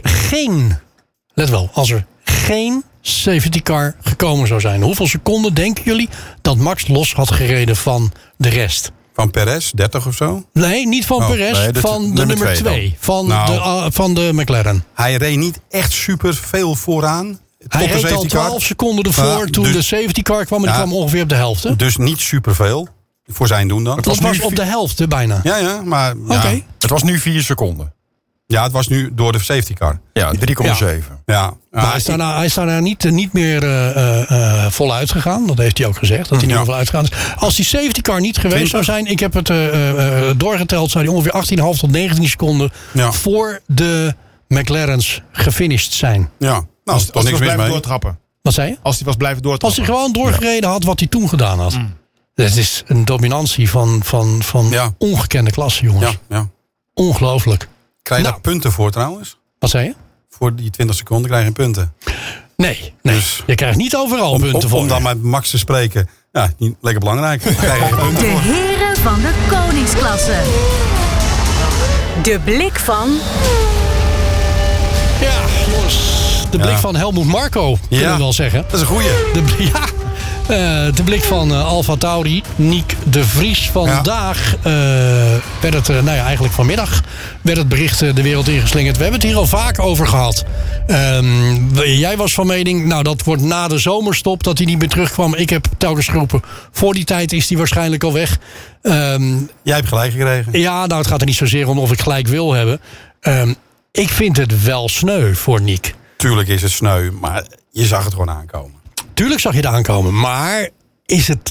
geen safety car gekomen zou zijn. Hoeveel seconden denken jullie dat Max los had gereden van de rest? Van Perez, 30 of zo? Nee, niet van Perez, van de nummer 2. Van de McLaren. Hij reed niet echt super veel vooraan. Hij reed al 12 seconden ervoor toen de safety car kwam. En die kwam ongeveer op de helft. Hè? Dus niet super veel. Voor zijn doen dan. Het was op de helft bijna. Ja, maar... Okay. Het was nu 4 seconden. Ja, het was nu door de safety car. Ja, 3,7. Ja. Maar hij is daarna niet meer voluit gegaan. Dat heeft hij ook gezegd. Dat hij niet meer voluit gegaan is. Als die safety car niet geweest zou zijn. Ik heb het doorgeteld. Zou hij ongeveer 18,5 tot 19 seconden voor de McLaren's gefinished zijn. Ja, als hij was blijven doortrappen. Wat zei je? Als hij was blijven doortrappen. Als hij gewoon doorgereden had wat hij toen gedaan had. Dat is een dominantie van ongekende klasse, jongens. Ja. Ongelooflijk. Krijg je daar punten voor trouwens? Wat zei je? Voor die 20 seconden krijg je punten. Nee. Dus je krijgt niet overal punten voor. Om dan met Max te spreken. Ja, niet lekker belangrijk. De heren van de koningsklasse. De blik van... Ja, jongens. De blik van Helmut Marko, kunnen we wel zeggen. Dat is een goeie. De blik van Alpha Tauri, Nick de Vries. Vandaag werd het, eigenlijk vanmiddag werd het bericht de wereld ingeslingerd. We hebben het hier al vaak over gehad. Jij was van mening, dat wordt na de zomerstop dat hij niet meer terugkwam. Ik heb telkens geroepen, voor die tijd is hij waarschijnlijk al weg. Jij hebt gelijk gekregen. Ja, het gaat er niet zozeer om of ik gelijk wil hebben. Ik vind het wel sneu voor Nick. Tuurlijk is het sneu, maar je zag het gewoon aankomen. Tuurlijk zag je het aankomen, maar is het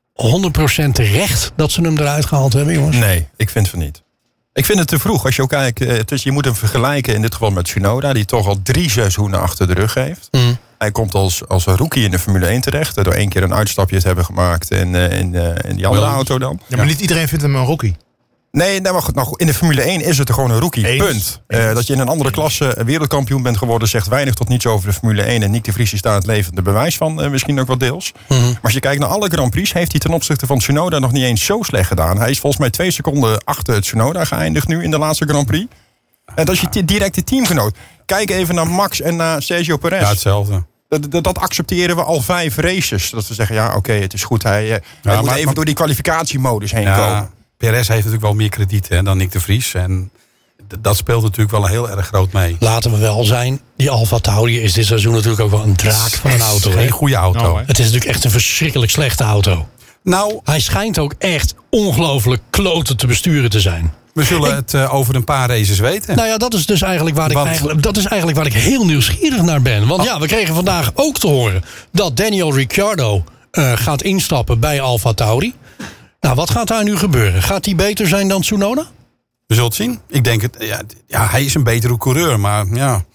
100% terecht dat ze hem eruit gehaald hebben, jongens? Nee, ik vind van niet. Ik vind het te vroeg. Als je ook kijkt, je moet hem vergelijken in dit geval met Tsunoda, die toch al 3 seizoenen achter de rug heeft. Hij komt als een rookie in de Formule 1 terecht, door 1 keer een uitstapje te hebben gemaakt in die andere auto dan. Ja, maar niet iedereen vindt hem een rookie. Nee, maar goed, in de Formule 1 is het er gewoon een rookie. Eens. Punt. Dat je in een andere klasse wereldkampioen bent geworden, zegt weinig tot niets over de Formule 1. En Nick de Vries is daar het levende bewijs van, misschien ook wat deels. Maar als je kijkt naar alle Grand Prix, heeft hij ten opzichte van Tsunoda nog niet eens zo slecht gedaan. Hij is volgens mij 2 seconden achter Tsunoda geëindigd nu in de laatste Grand Prix. En dat is je directe teamgenoot. Kijk even naar Max en naar Sergio Perez. Ja, hetzelfde. Dat accepteren we al 5 races. Dat we zeggen, oké, het is goed. Hij moet even door die kwalificatiemodus heen komen. Perez heeft natuurlijk wel meer krediet dan Nick de Vries. En dat speelt natuurlijk wel heel erg groot mee. Laten we wel zijn, die Alpha Tauri is dit seizoen natuurlijk ook wel een draak van een auto. Geen goede auto. Het is natuurlijk echt een verschrikkelijk slechte auto. Hij schijnt ook echt ongelooflijk kloten te besturen te zijn. We zullen het over een paar races weten. Nou ja, dat is dus eigenlijk waar ik heel nieuwsgierig naar ben. Want we kregen vandaag ook te horen dat Daniel Ricciardo gaat instappen bij Alpha Tauri. Nou, wat gaat daar nu gebeuren? Gaat hij beter zijn dan Tsunoda? We zullen het zien. Ik denk het. Ja, hij is een betere coureur, maar ja.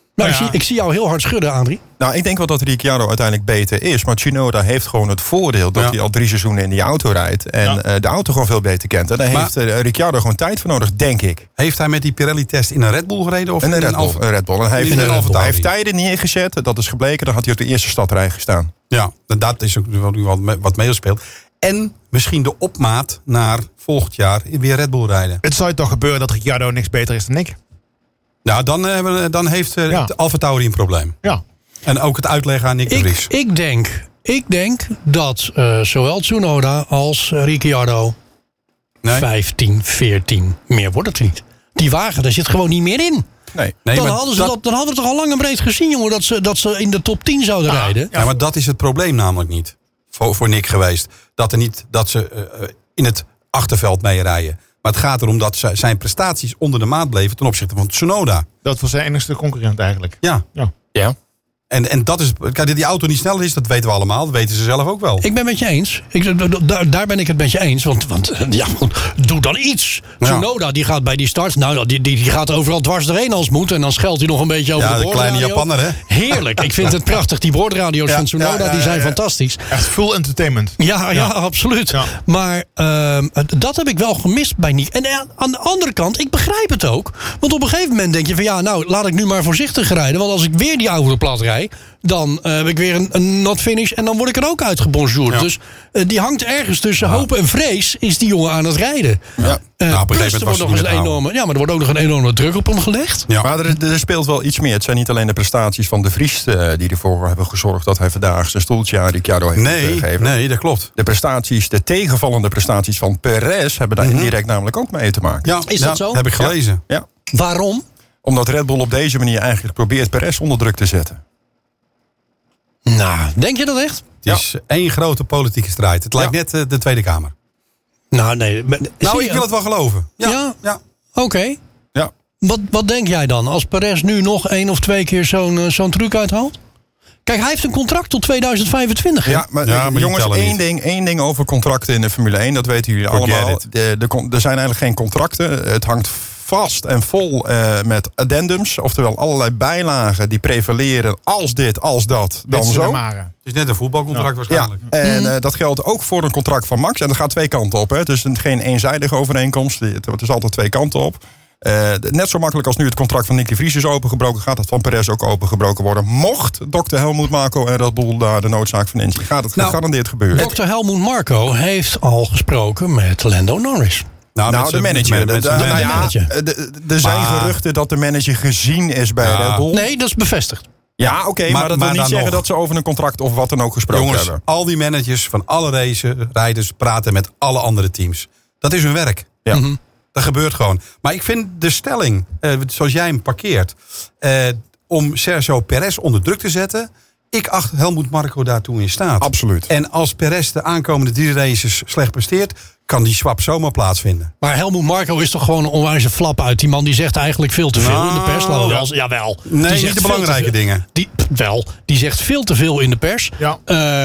Ik zie jou heel hard schudden, Adrie. Nou, ik denk wel dat Ricciardo uiteindelijk beter is. Maar Tsunoda heeft gewoon het voordeel dat hij al 3 seizoenen in die auto rijdt. En de auto gewoon veel beter kent. En daar heeft Ricciardo gewoon tijd voor nodig, denk ik. Heeft hij met die Pirelli-test in een Red Bull gereden? Of in een Red Bull. En hij heeft tijden neergezet. Dat is gebleken. Dan had hij op de eerste stadrij gestaan. Ja, dat is ook wat meespeelt. En misschien de opmaat naar volgend jaar weer Red Bull rijden. Het zou toch gebeuren dat Ricciardo niks beter is dan Nick? Nou, dan heeft Alpha Tauri een probleem. Ja. En ook het uitleggen aan Nick de Vries. Ik denk dat zowel Tsunoda als Ricciardo 15, 14, meer wordt het niet. Die wagen, daar zit gewoon niet meer in. Nee, dan hadden we het toch al lang en breed gezien, jongen, dat ze in de top 10 zouden rijden. Ja, maar dat is het probleem namelijk niet. Voor Nick geweest. Dat ze in het achterveld mee rijden. Maar het gaat erom dat zijn prestaties onder de maat bleven ten opzichte van Tsunoda. Dat was zijn enigste concurrent eigenlijk. Ja. En dat is. Kijk, die auto niet sneller is, dat weten we allemaal. Dat weten ze zelf ook wel. Ik ben met je eens. Daar ben ik het met je eens. Want doe dan iets. Tsunoda, die gaat bij die start. Die gaat overal dwars doorheen als moet. En dan scheldt hij nog een beetje over de boordradio. Ja, de kleine Japanner, hè? Heerlijk. Ik vind het prachtig. Die boordradio's van Tsunoda, die zijn fantastisch. Echt full entertainment. Ja, absoluut. Ja. Maar dat heb ik wel gemist bij Nick. En aan de andere kant, ik begrijp het ook. Want op een gegeven moment denk je van laat ik nu maar voorzichtig rijden. Want als ik weer die auto plat rijd, dan heb ik weer een not finish en dan word ik er ook uitgebonjourd. Ja. Dus die hangt ergens tussen hoop en vrees, is die jongen aan het rijden. Ja. Plus er wordt nog eens er wordt ook nog een enorme druk op hem gelegd. Ja. Maar er speelt wel iets meer. Het zijn niet alleen de prestaties van de Vries die ervoor hebben gezorgd dat hij vandaag zijn stoeltje aan Ricciardo heeft gegeven. Nee, dat klopt. De tegenvallende prestaties van Perez hebben daar indirect namelijk ook mee te maken. Ja, is dat zo? Heb ik gelezen. Ja. Waarom? Omdat Red Bull op deze manier eigenlijk probeert Perez onder druk te zetten. Nou, denk je dat echt? Het is één grote politieke strijd. Het lijkt net de Tweede Kamer. Nou, nee. Ik wil het wel geloven. Ja. Oké. Ja. Wat denk jij dan? Als Perez nu nog 1 of 2 keer zo'n truc uithaalt? Kijk, hij heeft een contract tot 2025. Hè? Ja, maar jongens, één ding over contracten in de Formule 1. Dat weten jullie allemaal. Er zijn eigenlijk geen contracten. Het hangt vast en vol met addendums. Oftewel allerlei bijlagen die prevaleren als dit, als dat, dan zo. Het is net een voetbalcontract waarschijnlijk. Ja, en dat geldt ook voor een contract van Max. En dat gaat 2 kanten op. Hè. Het is geen eenzijdige overeenkomst. Het is altijd 2 kanten op. Net zo makkelijk als nu het contract van Nick de Vries is opengebroken, gaat het van Perez ook opengebroken worden. Mocht Dr. Helmut Marko en Red Bull daar de noodzaak van inzien, gaat het gegarandeerd gebeuren. Dr. Helmut Marko heeft al gesproken met Lando Norris. De manager. Er zijn geruchten dat de manager gezien is bij Red Bull. Nee, dat is bevestigd. Ja, oké, maar dat wil niet zeggen dat ze over een contract of wat dan ook gesproken hebben. Al die managers van alle rijders praten met alle andere teams. Dat is hun werk. Ja. Mm-hmm. Dat gebeurt gewoon. Maar ik vind de stelling, zoals jij hem parkeert, om Sergio Perez onder druk te zetten, ik acht Helmut Marko daartoe in staat. Absoluut. En als Perez de aankomende 3 races slecht presteert, kan die swap zomaar plaatsvinden. Maar Helmut Marko is toch gewoon een onwijze flap uit. Die man die zegt eigenlijk veel te veel in de pers. Jawel. Nee, die niet de belangrijke dingen. Die zegt veel te veel in de pers. Ja.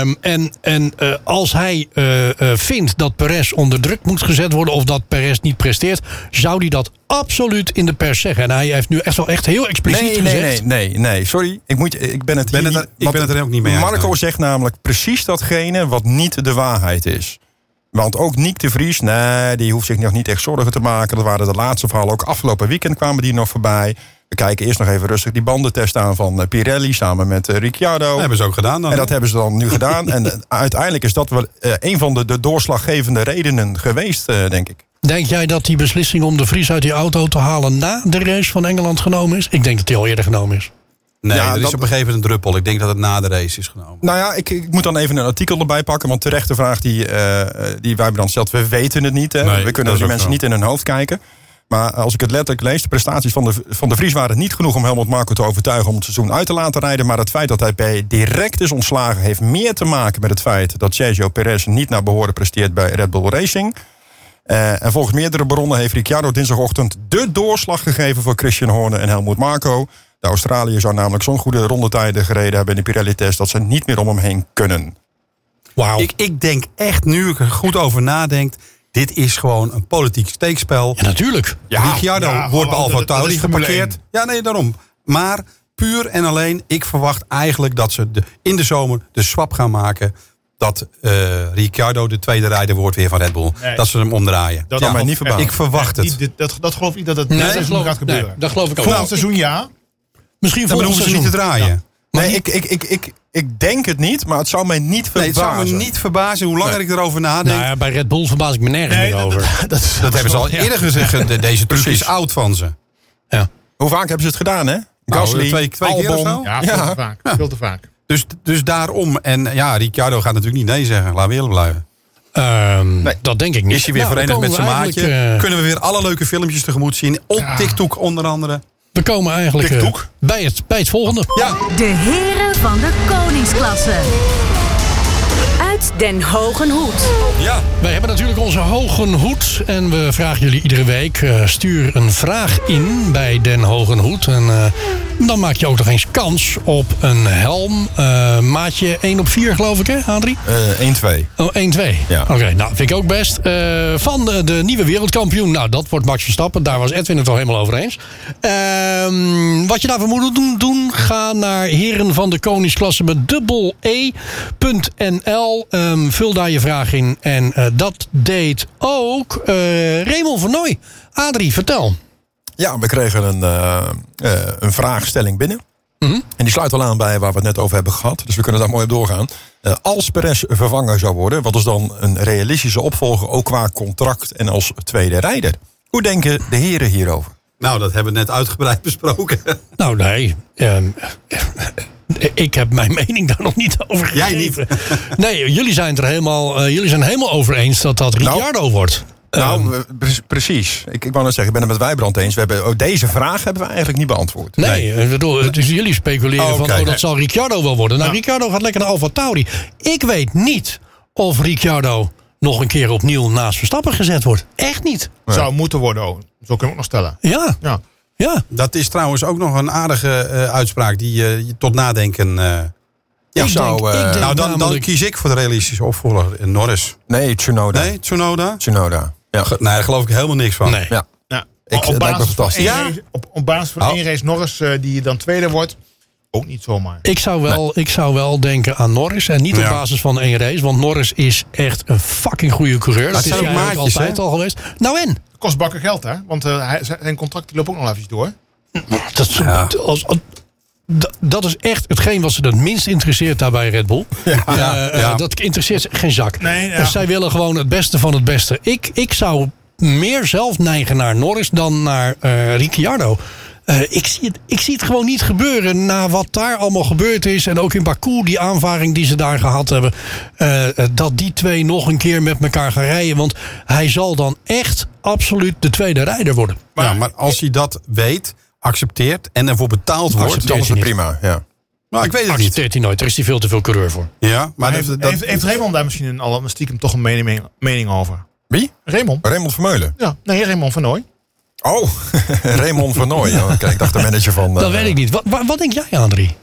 Als hij vindt dat Perez onder druk moet gezet worden, of dat Perez niet presteert, zou hij dat absoluut in de pers zeggen. En hij heeft nu echt heel expliciet gezegd. Nee. Sorry. Ik ben het er ook niet mee eens. Marco zegt namelijk precies datgene wat niet de waarheid is. Want ook Nick de Vries, die hoeft zich nog niet echt zorgen te maken. Dat waren de laatste verhalen. Ook afgelopen weekend kwamen die nog voorbij. We kijken eerst nog even rustig die bandentest aan van Pirelli samen met Ricciardo. Dat hebben ze ook gedaan dan. En dat hebben ze dan nu gedaan. En uiteindelijk is dat wel een van de doorslaggevende redenen geweest, denk ik. Denk jij dat die beslissing om de Vries uit die auto te halen na de race van Engeland genomen is? Ik denk dat die al eerder genomen is. Nee, er is op een gegeven moment een druppel. Ik denk dat het na de race is genomen. Nou ja, ik moet dan even een artikel erbij pakken. Want terecht de vraag die Wijbrand stelt. We weten het niet. Hè? Nee, we kunnen die mensen niet in hun hoofd kijken. Maar als ik het letterlijk lees, de prestaties van de Vries waren niet genoeg om Helmut Marko te overtuigen om het seizoen uit te laten rijden. Maar het feit dat hij direct is ontslagen heeft meer te maken met het feit dat Sergio Perez niet naar behoren presteert bij Red Bull Racing. En volgens meerdere bronnen heeft Ricciardo dinsdagochtend de doorslag gegeven voor Christian Horner en Helmut Marko. De Australiër zou namelijk zo'n goede rondetijden gereden hebben in de Pirelli-test dat ze niet meer om hem heen kunnen. Wauw. Ik denk echt, nu ik er goed over nadenk, dit is gewoon een politiek steekspel. Ja, natuurlijk. Ricciardo wordt bij AlphaTauri geparkeerd. Ja, nee, daarom. Maar puur en alleen, ik verwacht eigenlijk dat ze in de zomer de swap gaan maken. Dat Ricciardo de tweede rijder wordt weer van Red Bull. Nee. Dat ze hem omdraaien. Dat kan mij niet verbazen. Ik verwacht het. Dat geloof ik niet dat het seizoen gaat gebeuren. Nee, dat geloof ik ook. Volgend seizoen ja. Misschien volgend seizoen niet te draaien. Ja. Nee, ik denk het niet, maar het zou mij niet verbazen. Nee, het zou me niet verbazen hoe langer ik erover nadenk. Nou ja, bij Red Bull verbaas ik me nergens meer over. Dat hebben ze al eerder gezegd. Deze truc is oud van ze. Ja. Hoe vaak hebben ze het gedaan, hè? Gasly, twee keer of zo? Ja, veel te vaak. Veel te vaak. Dus daarom. En ja, Ricciardo gaat natuurlijk niet nee zeggen. Laten we eerlijk blijven. Nee. Dat denk ik niet. Is hij weer verenigd met zijn maatje? Kunnen we weer alle leuke filmpjes tegemoet zien? Op TikTok onder andere. We komen eigenlijk bij het volgende. Ja. De heren van de koningsklasse. Uit Den Hogen Hoed. Ja. Wij hebben natuurlijk onze Hogen Hoed. En we vragen jullie iedere week. Stuur een vraag in bij Den Hogen Hoed. En dan maak je ook nog eens kans op een helm. Maatje 1/4 geloof ik, hè, Adrie? 1-2. Oh, 1-2. Ja. Oké, nou, vind ik ook best. Van de nieuwe wereldkampioen. Nou, dat wordt Max Verstappen. Daar was Edwin het al helemaal over eens. Wat je daarvoor moet doen, ga naar heren van de koningsklasse met @e.nl. Vul daar je vraag in. En dat deed ook Raymond van Nooy. Adrie, vertel. Ja, we kregen een vraagstelling binnen. Mm-hmm. En die sluit al aan bij waar we het net over hebben gehad. Dus we kunnen daar mooi op doorgaan. Als Perez vervangen zou worden, wat is dan een realistische opvolger ook qua contract en als tweede rijder? Hoe denken de heren hierover? Nou, dat hebben we net uitgebreid besproken. Nou, nee. Ik heb mijn mening daar nog niet over gegeven. Jij niet? Nee, jullie zijn helemaal over eens dat Ricciardo wordt. Precies. Ik wou net zeggen, ik ben het met Wijbrand eens. Deze vraag hebben we eigenlijk niet beantwoord. Nee. Dus jullie speculeren van dat zal Ricciardo wel worden. Nou, Ricciardo gaat lekker naar AlphaTauri. Ik weet niet of Ricciardo nog een keer opnieuw naast Verstappen gezet wordt. Echt niet. Nee. Zou moeten worden. Zo kunnen we ook nog stellen. Ja. Dat is trouwens ook nog een aardige uitspraak die je tot nadenken... Dan kies ik voor de realistische opvolger Norris. Nee, Tsunoda. Nee, Tsunoda? Tsunoda. Ja. Nee, daar geloof ik helemaal niks van. Nee. Ja. Op basis van één race Norris die dan tweede wordt. ook niet zomaar. Ik zou wel denken aan Norris. En niet op basis van 1 race. Want Norris is echt een fucking goede coureur. Dat is hij eigenlijk altijd al geweest. Nou en? Kost bakken geld, hè? Want zijn contract die loopt ook nog even door. Dat is echt hetgeen wat ze het minst interesseert daar bij Red Bull. Dat interesseert ze geen zak. Dus zij willen gewoon het beste van het beste. Ik zou meer zelf neigen naar Norris dan naar Ricciardo. Ik zie het gewoon niet gebeuren na wat daar allemaal gebeurd is. En ook in Baku, die aanvaring die ze daar gehad hebben. Dat die twee nog een keer met elkaar gaan rijden. Want hij zal dan echt absoluut de tweede rijder worden. Maar als hij dat weet, accepteert en ervoor betaald wordt, dan is het prima. Ja. Maar ik weet het niet. Accepteert hij nooit, daar is hij veel te veel coureur voor. Ja, maar heeft Raymond daar misschien al stiekem toch een mening over? Wie? Raymond Vermeulen? Ja, nee, Raymond van Nooy. Oh, Raymond van Nooy. Kijk, ik dacht de manager van... dat weet ik niet. Wat denk jij, Andrie?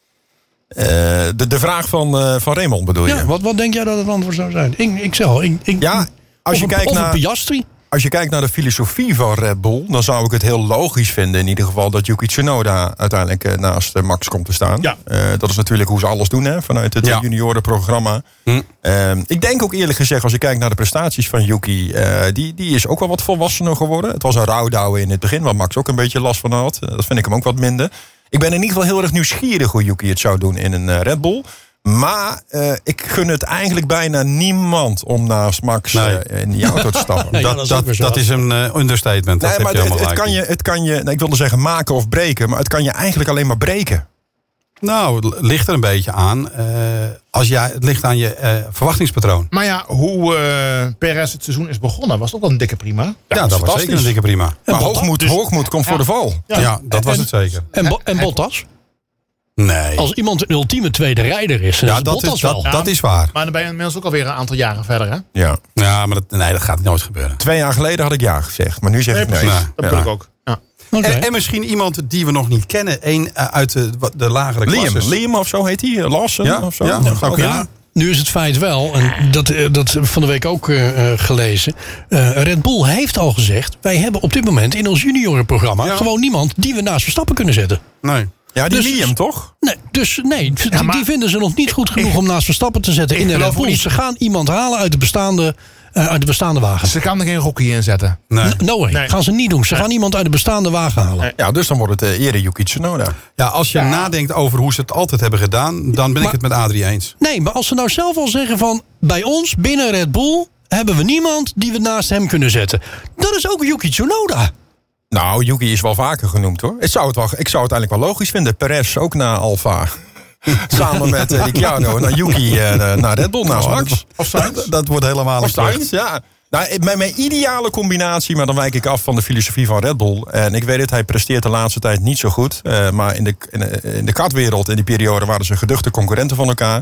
De vraag van Raymond bedoel je? Ja, wat denk jij dat het antwoord zou zijn? Als je kijkt naar de filosofie van Red Bull, dan zou ik het heel logisch vinden in ieder geval dat Yuki Tsunoda uiteindelijk naast Max komt te staan. Ja. Dat is natuurlijk hoe ze alles doen vanuit het juniorenprogramma. Ik denk ook eerlijk gezegd, als je kijkt naar de prestaties van Yuki, die is ook wel wat volwassener geworden. Het was een rouwdouwen in het begin, waar Max ook een beetje last van had. Dat vind ik hem ook wat minder. Ik ben in ieder geval heel erg nieuwsgierig hoe Yuki het zou doen in een Red Bull. Maar ik gun het eigenlijk bijna niemand om naast Max in die auto te stappen. Dat is een understatement. Nee, maar het kan je, ik wilde zeggen maken of breken, maar het kan je eigenlijk alleen maar breken. Nou, het ligt er een beetje aan. Het ligt aan je verwachtingspatroon. Maar ja, hoe Perez het seizoen is begonnen, was het ook wel een dikke prima. Ja, dat was zeker een dikke prima. Maar hoogmoed komt voor de val. Ja, dat was het zeker. En Bottas? Nee. Als iemand een ultieme tweede rijder is, dat is waar. Maar dan ben je inmiddels ook alweer een aantal jaren verder, hè? Ja, maar dat gaat nooit gebeuren. 2 jaar geleden had ik ja gezegd, maar nu zeg ik nee. Dat bedoel ik ook. Ja. Okay. En misschien iemand die we nog niet kennen. Een uit de lagere klasses. Liam of zo heet hij? Lawson of zo? Ja. Nu is het feit wel, en dat van de week ook gelezen. Red Bull heeft al gezegd, wij hebben op dit moment in ons juniorenprogramma gewoon niemand die we naast Verstappen kunnen zetten. Nee. Ja, die Liam toch? Nee, die vinden ze nog niet goed genoeg om naast Verstappen te zetten in de Red Bull. Ze gaan iemand halen uit de bestaande wagen. Ze gaan er geen Rocky in zetten. No way. Gaan ze niet doen. Ze gaan iemand uit de bestaande wagen halen. Ja, dus dan wordt het eerder Yuki Tsunoda. Ja, als je nadenkt over hoe ze het altijd hebben gedaan, dan ben ik het met Adrie eens. Nee, maar als ze nou zelf al zeggen van, bij ons binnen Red Bull hebben we niemand die we naast hem kunnen zetten. Dat is ook Yuki Tsunoda. Nou, Yuki is wel vaker genoemd hoor. Ik zou het uiteindelijk wel logisch vinden. Perez ook naar Alfa. Samen met Ricciardo. En Yuki naar Red Bull naast Max. Of Sainz. Dat wordt helemaal een Sainz, ja. Nou, mijn ideale combinatie, maar dan wijk ik af van de filosofie van Red Bull. En ik weet het, hij presteert de laatste tijd niet zo goed. Maar in de kartwereld, in die periode, waren ze geduchte concurrenten van elkaar.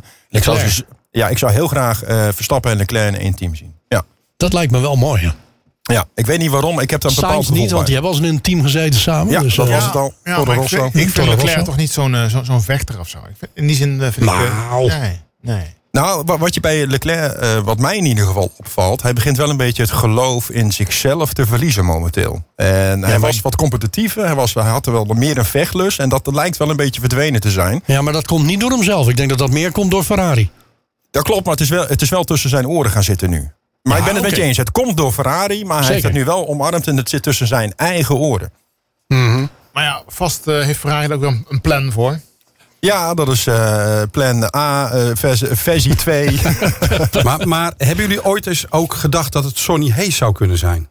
Ik zou heel graag Verstappen en Leclerc in 1 team zien. Ja. Dat lijkt me wel mooi, hè? Ja, ik weet niet waarom. Ik heb daar een bepaald gevoel niet, want die hebben al eens in een team gezeten samen. Ja, dus, dat was het al. Ja, ik vind Leclerc toch niet zo'n vechter of zo. In die zin vind ik... Nee. Nou, wat je bij Leclerc, wat mij in ieder geval opvalt, hij begint wel een beetje het geloof in zichzelf te verliezen momenteel. En hij was wat competitiever, hij had er wel meer een vechtlust en dat lijkt wel een beetje verdwenen te zijn. Ja, maar dat komt niet door hemzelf. Ik denk dat meer komt door Ferrari. Dat klopt, maar het is wel tussen zijn oren gaan zitten nu. Maar ik ben het met je eens. Het komt door Ferrari, maar hij heeft het nu wel omarmd en het zit tussen zijn eigen oren. Mm-hmm. Maar ja, vast heeft Ferrari er ook wel een plan voor. Ja, dat is plan A, versie 2. maar hebben jullie ooit eens ook gedacht dat het Sonny Hayes zou kunnen zijn?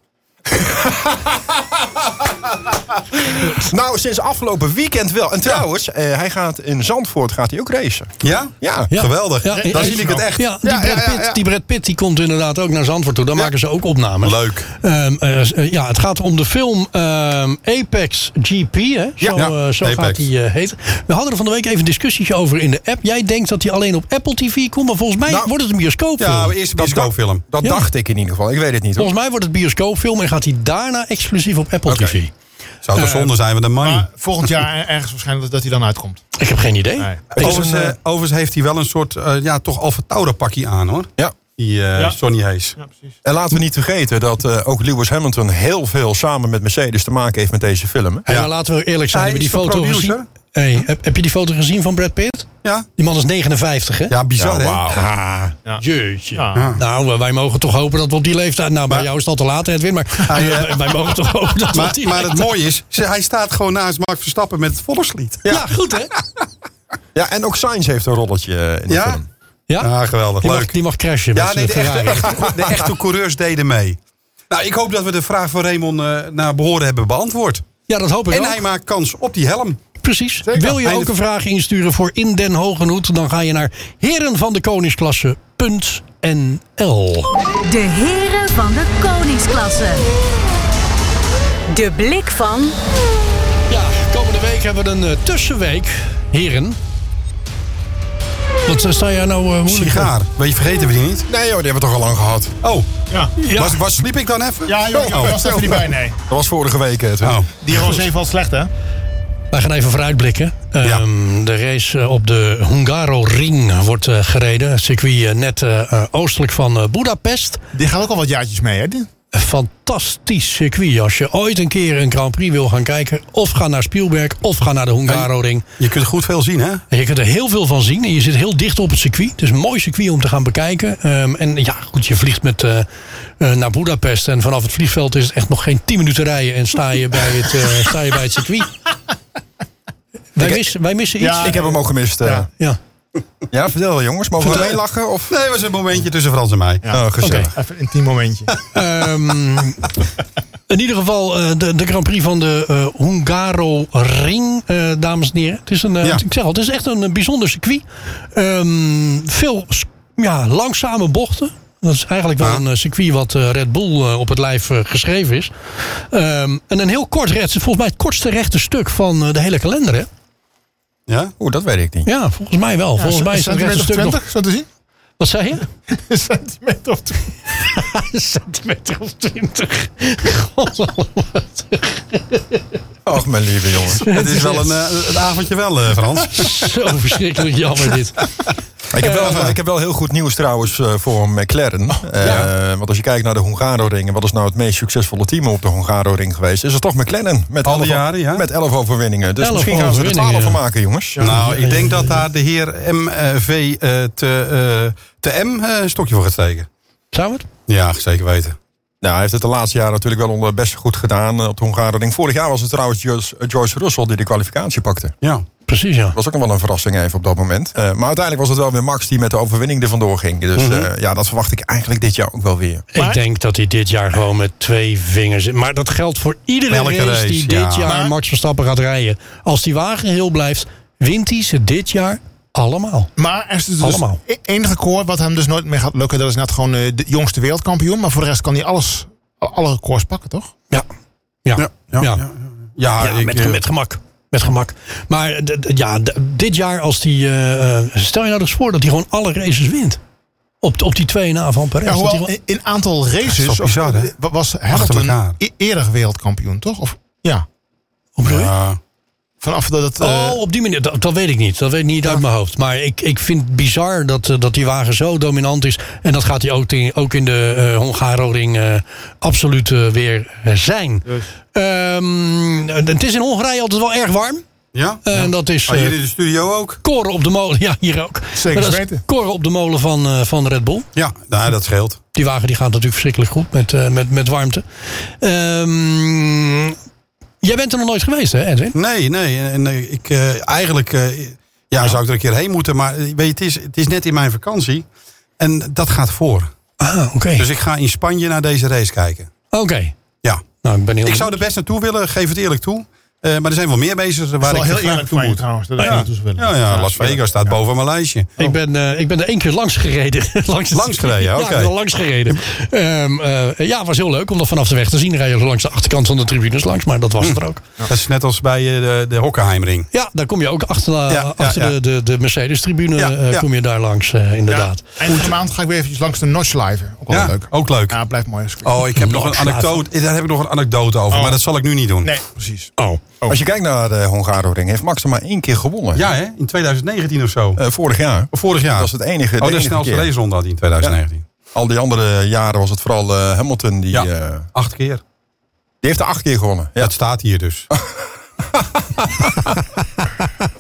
Nou, sinds afgelopen weekend wel. En trouwens, hij gaat in Zandvoort ook racen. Ja? Ja. Geweldig. Ja, dan zie ik het echt. Ja, die Brad Pitt die komt inderdaad ook naar Zandvoort toe. Dan maken ze ook opnames. Leuk. Het gaat om de film Apex GP. Hè? Zo gaat die heten. We hadden er van de week even een discussietje over in de app. Jij denkt dat hij alleen op Apple TV komt. Maar volgens mij wordt het een bioscoopfilm. Ja, eerst een bioscoopfilm. Dat dacht ik in ieder geval. Ik weet het niet. Volgens mij wordt het bioscoopfilm en gaat hij daarna exclusief op Apple TV. Zou toch zonde zijn met de money? Volgend jaar ergens waarschijnlijk dat hij dan uitkomt. Ik heb geen idee. Nee. Overigens heeft hij wel een soort toch Alfa Tauri pakje aan hoor. Ja. Die Sonny Hayes. Ja, precies. En laten we niet vergeten dat ook Lewis Hamilton heel veel samen met Mercedes te maken heeft met deze film. Maar laten we eerlijk zijn. Hij die is foto producer. gezien. Hey, heb je die foto gezien van Brad Pitt? Ja. Die man is 59, hè? Ja, bizar, hè? Ja. Jeetje. Ja. Nou, wij mogen toch hopen dat we op die leeftijd... Nou, bij jou is het al te laat, Edwin. Maar wij mogen toch hopen dat we op die Maar leeftijd... het mooie is, hij staat gewoon naast Max Verstappen met het volkslied. Ja, goed, hè? Ja, en ook Sainz heeft een rolletje in de Ja? film. Ja? Ja, geweldig. Leuk. Die mag crashen met Ja, nee, zijn Ferrari. de echte coureurs deden mee. Nou, ik hoop dat we de vraag van Raymond naar behoren hebben beantwoord. Ja, dat hoop ik En ook. hij maakt kans op die helm. Precies. Zeker. Wil je ook een vraag insturen voor In den Hogen Hoed... dan ga je naar herenvandekoningsklasse.nl. De heren van de koningsklasse. De blik van... Ja, komende week hebben we een tussenweek. Heren. Wat sta jij nou moeilijk? Sigaar. Weet je, vergeten we die niet? Nee joh, die hebben we toch al lang gehad. Oh, Ja. Ja. sliep ik dan even? Ja, joh, Oh. was er even niet bij, nee. Dat was vorige week. Oh. Die Rosé valt slecht, hè? Wij gaan even vooruitblikken. De race op de Hungaroring wordt gereden. Het circuit net oostelijk van Budapest. Die gaat ook al wat jaartjes mee, hè? Een fantastisch circuit. Als je ooit een keer een Grand Prix wil gaan kijken... of ga naar Spielberg of ga naar de Hungaroring. Je kunt goed veel zien, hè? En je kunt er heel veel van zien. En je zit heel dicht op het circuit. Het is een mooi circuit om te gaan bekijken. En ja, goed, je vliegt naar Budapest. En vanaf het vliegveld is het echt nog geen 10 minuten rijden. En sta je bij het circuit. Wij missen iets. Ja. Ik heb hem ook gemist. Ja. Ja, vertel jongens. Mogen we alleen lachen? Of? Nee, het was een momentje tussen Frans en mij. Oh, gezellig. Oké. Even een intiem momentje. In ieder geval de Grand Prix van de Hungaroring, dames en heren. Het is ik zeg al, het is echt een bijzonder circuit. Veel langzame bochten. Dat is eigenlijk wel een circuit wat Red Bull op het lijf geschreven is. En een heel kort recht. Volgens mij het kortste rechte stuk van de hele kalender, hè? Ja? Oeh, dat weet ik niet. Ja, volgens mij wel. Volgens mij is het rechte stuk nog... 20, zo te zien? Wat zei je? Een centimeter of 20. Een centimeter of 20. God, Och, mijn lieve jongens. Het is wel een avondje wel, Frans. zo verschrikkelijk jammer dit. Ik heb wel heel goed nieuws trouwens voor McLaren. Want als je kijkt naar de Hungaroring... en wat is nou het meest succesvolle team op de Hungaroring geweest... is het toch McLaren. Met Al die 11 jaren, ja. Met 11 overwinningen. Dus 11 misschien gaan ze er 12 van overwinningen. maken, jongens. Nou, ik denk dat daar de heer MV te M een stokje voor gaat steken. Zou het? Ja, zeker weten. Nou, hij heeft het de laatste jaren natuurlijk wel best goed gedaan op de Hungaroring. Vorig jaar was het trouwens George Russell die de kwalificatie pakte. Ja. Precies, ja. Dat was ook nog wel een verrassing even op dat moment. Maar uiteindelijk was het wel weer Max die met de overwinning er vandoor ging. Dus dat verwacht ik eigenlijk dit jaar ook wel weer. Ik denk dat hij dit jaar gewoon met 2 vingers... Maar dat geldt voor iedere Elke race die race, dit ja. jaar Max Verstappen gaat rijden. Als die wagen heel blijft, wint hij ze dit jaar allemaal. Maar er is dus Allemaal. één record wat hem dus nooit meer gaat lukken. Dat is net gewoon de jongste wereldkampioen. Maar voor de rest kan hij alle records pakken, toch? Ja. Met gemak. Met gemak. Maar dit jaar als die... stel je nou eens voor dat hij gewoon alle races wint. Op die 2 na van Perez. Ja, Dat hij hoewel gewoon- in aantal races toch bizar, hè? was Achter Hamilton elkaar. eerder wereldkampioen, toch? Of, ja. Hoe bedoel je? Ja. Vanaf dat het... Op die manier, dat weet ik niet. Dat weet ik niet uit mijn hoofd. Maar ik vind het bizar dat die wagen zo dominant is. En dat gaat hij ook in de Hungaroring absoluut weer zijn. Dus. Het is in Hongarije altijd wel erg warm. Ja? En dat is Hier in de studio ook? koren op de molen. Ja, hier ook. Zeker Maar dat is weten. koren op de molen van Red Bull. Ja, nou, dat scheelt. Die wagen die gaat natuurlijk verschrikkelijk goed met warmte. Jij bent er nog nooit geweest, hè, Edwin? Nee. En ik eigenlijk zou ik er een keer heen moeten. Maar weet je, het is net in mijn vakantie. En dat gaat voor. Ah, oké. Dus ik ga in Spanje naar deze race kijken. Oké. Ja. Nou, ik ben heel Ik zou er best naartoe willen, geef het eerlijk toe. Maar er zijn wel meer bezig waar Dat ik is wel heel graag eerlijk naartoe van je moet. trouwens. Dat ik Ja. naartoe zou willen. Ja, Las Vegas staat boven mijn lijstje. Ik ben er 1 keer langs gereden. Langs gereden, Ja, oké. ik ben er langs gereden. Het was heel leuk om dat vanaf de weg te zien. Rijden langs de achterkant van de tribunes langs, maar dat was het er ook. Dat is net als bij de Hockenheimring. Ja, daar kom je ook achter ja. de Mercedes-tribune. Ja. Kom je daar langs, inderdaad. Ja. Eind van de maand ga ik weer eventjes langs de Notch live. Ook wel Ja, leuk. ook leuk. Ja, blijft mooi. Oh, ik heb nog een anekdote. Daar heb ik nog een anekdote over. Oh. Maar dat zal ik nu niet doen. Nee, precies. Oh. Als je kijkt naar de Hungaroring, heeft Max er maar 1 keer gewonnen. Ja, hè? In 2019 of zo. Vorig jaar. Of vorig jaar. Dat was het enige. de enige snelste keer. raceronde had hij in 2019. Al die andere jaren was het vooral Hamilton die... Ja. 8 keer. Die heeft er 8 keer gewonnen. Ja. Dat staat hier dus.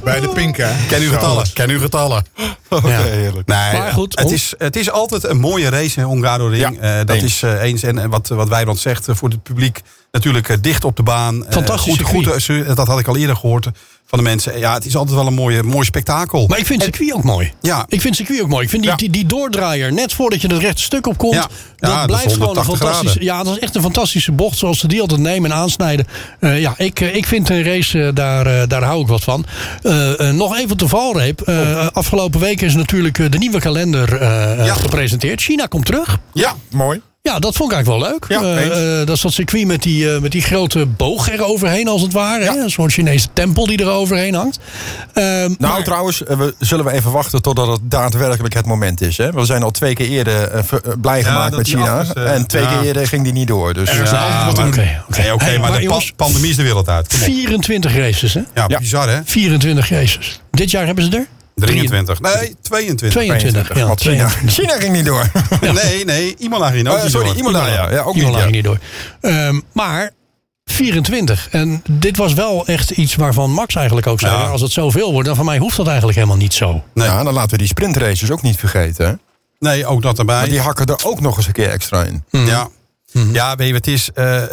Bij de Pink, hè? Ken uw getallen. Oké, Ja. heerlijk. Nee, Maar goed, het is altijd een mooie race in Hungaroring. Dat eens. is eens. En wat Wijbrand zegt, voor het publiek natuurlijk dicht op de baan. Fantastisch Goed, dat had ik al eerder gehoord van de mensen. Ja, het is altijd wel een mooi spektakel. Maar ik vind het circuit ook mooi. Ja. Ik vind het circuit ook mooi. Ik vind die doordraaier, net voordat je het rechte stuk op komt, Ja. dat Ja, dat blijft is gewoon een 180 fantastische. graden. Ja, dat is echt een fantastische bocht zoals ze die altijd nemen en aansnijden. Ik vind een race, daar hou ik wat van. Nog even de valreep. Afgelopen week is natuurlijk de nieuwe kalender gepresenteerd. China komt terug. Ja, Mooi. Ja, dat vond ik eigenlijk wel leuk. Ja, dat is dat circuit met die grote boog eroverheen als het ware. Ja. Hè? Een soort Chinese tempel die er overheen hangt. Nou, trouwens, zullen we even wachten totdat het daadwerkelijk het moment is. Hè? We zijn al 2 keer eerder blij gemaakt dat met die China. af is, en 2 keer eerder ging die niet door. Dus Oké, Hey, maar de jongens, pandemie is de wereld uit. Kom op. 24 races, hè? Ja, Ja. bizar hè? 24 races. Dit jaar hebben ze er? 23. Nee, 22. 22. Ja, Want China, 22. China ging niet door. Nee, Imola ging ook niet Sorry, door. Imola, ja. Ook Imola ging niet. niet door. Maar 24. En dit was wel echt iets waarvan Max eigenlijk ook zei. Ja. Als het zoveel wordt, dan van mij hoeft dat eigenlijk helemaal niet zo. Nee. Ja, dan laten we die sprintraces ook niet vergeten. Hè? Nee, ook dat erbij. Maar die hakken er ook nog eens een keer extra in. Ja. Ja, weet je, het is...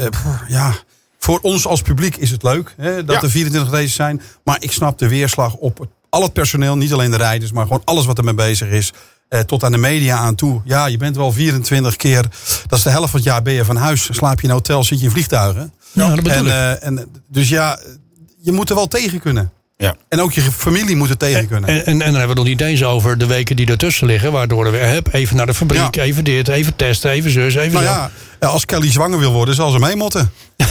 voor ons als publiek is het leuk hè, dat er 24 races zijn. Maar ik snap de weerslag op al het personeel. Niet alleen de rijders, maar gewoon alles wat ermee bezig is. Tot aan de media aan toe. Ja, je bent wel 24 keer. Dat is de helft van het jaar ben je van huis. Slaap je in een hotel, zit je in vliegtuigen. Ja, dat bedoel ik. Dus ja, je moet er wel tegen kunnen. Ja. En ook je familie moet er tegen kunnen. En dan hebben we het nog niet eens over de weken die ertussen liggen. Waardoor we even naar de fabriek, even dit, even testen, even zus, even Nou zo. ja, als Kelly zwanger wil worden, zal ze mee moeten.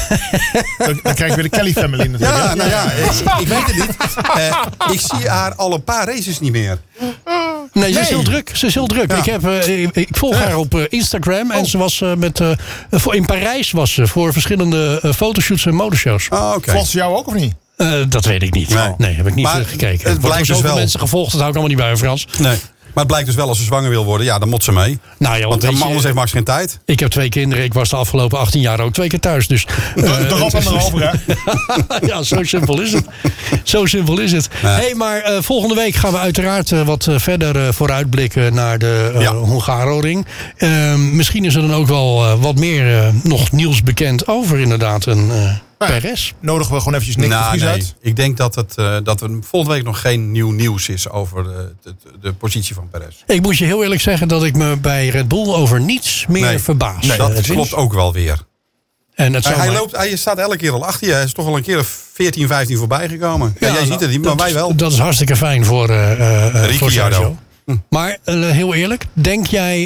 Dan krijg je weer de Kelly family natuurlijk. Ja, nou ja, ik weet het niet. Ik zie haar al een paar races niet meer. Nee, ze is heel druk. Ze is heel druk. Ja. Ik volg haar op Instagram. En ze was in Parijs was ze voor verschillende fotoshoots en modeshows. Oh, oké. Volgens jou ook of niet? Dat weet ik niet. Nee. Nee, heb ik niet Maar gekeken. het blijkt er dus zoveel wel. mensen gevolgd, dat hou ik allemaal niet bij, Frans. Nee. Maar het blijkt dus wel, als ze zwanger wil worden, ja, dan moet ze mee. Nou ja, Want anders heeft Max geen tijd. ik heb 2 kinderen. Ik was de afgelopen 18 jaar ook 2 keer thuis. Dus, Erop en erover, hè? ja, zo simpel is het. Zo simpel is het. Nee. Hey, maar volgende week gaan we uiteraard wat verder vooruitblikken naar de Hungaroring. Misschien is er dan ook wel wat meer nog nieuws bekend over inderdaad een Perez. Nodigen we gewoon eventjes Nick de Vries uit. Ik denk dat er volgende week nog geen nieuw nieuws is over de positie van Perez. Ik moet je heel eerlijk zeggen dat ik me bij Red Bull over niets meer verbaas. Nee, dat Vince. klopt ook wel weer. En het zou Hij staat elke keer al achter je. Hij is toch al een keer of 14, 15 voorbij gekomen. Ja, jij nou, ziet het niet, maar wij wel. Dat is hartstikke fijn voor Ricciardo. Sergio. Maar heel eerlijk, denk jij...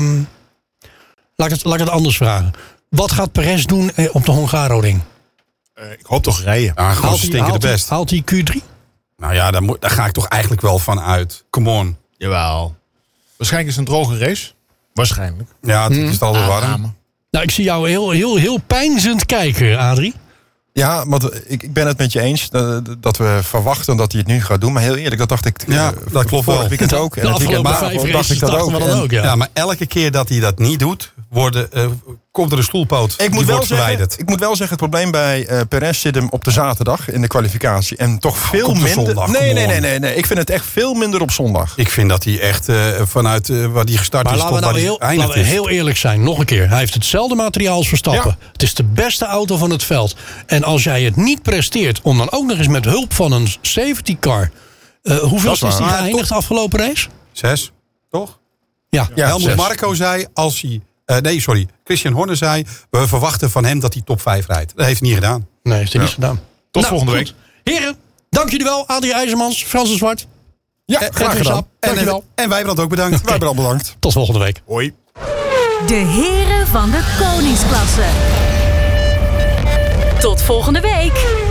laat ik het anders vragen. Wat gaat Perez doen op de Hungaroring? Ik hoop toch rijden. Ja, gewoon ze stinken de best. Haalt hij Q3? Nou ja, daar ga ik toch eigenlijk wel van uit. Come on. Jawel. Waarschijnlijk is het een droge race. Waarschijnlijk. Ja, het is altijd warm. Nou, ik zie jou heel peinzend kijken, Adrie. Ja, want ik ben het met je eens dat we verwachten dat hij het nu gaat doen. Maar heel eerlijk, dat dacht ik Ja, dat klopt wel. vorig weekend ook. De En het weekend afgelopen 5 daarvoor dacht races ik dat dachten ook. we dan ook, ja. Ja, maar elke keer dat hij dat niet doet, komt er een stoelpoot. Ik die wordt verwijderd. moet wel zeggen, het probleem bij Perez zit hem op de zaterdag in de kwalificatie. En toch veel op de minder. zondag, Nee. Ik vind het echt veel minder op zondag. Ik vind dat hij echt vanuit waar hij gestart Maar is laten tot we waar nou hij eindigd is. heel eerlijk zijn. Nog een keer. Hij heeft hetzelfde materiaal als Verstappen. Ja. Het is de beste auto van het veld. En als jij het niet presteert om dan ook nog eens met hulp van een safety car... hoeveel is waar. die Maar geëindigd de afgelopen race? 6, toch? Ja, Helmut 6. Marko zei, Christian Horner zei, we verwachten van hem dat hij top 5 rijdt. Dat heeft hij niet gedaan. Nee, heeft hij niet gedaan. Tot volgende goed. week. Heren, dank jullie wel. Adrie IJzermans, Frans de Zwart. Ja, Edwin graag gedaan. Sap, dankjewel. En Wijbrand ook bedankt. Wij hebben al bedankt. Tot volgende week. Hoi. De heren van de koningsklasse. Tot volgende week.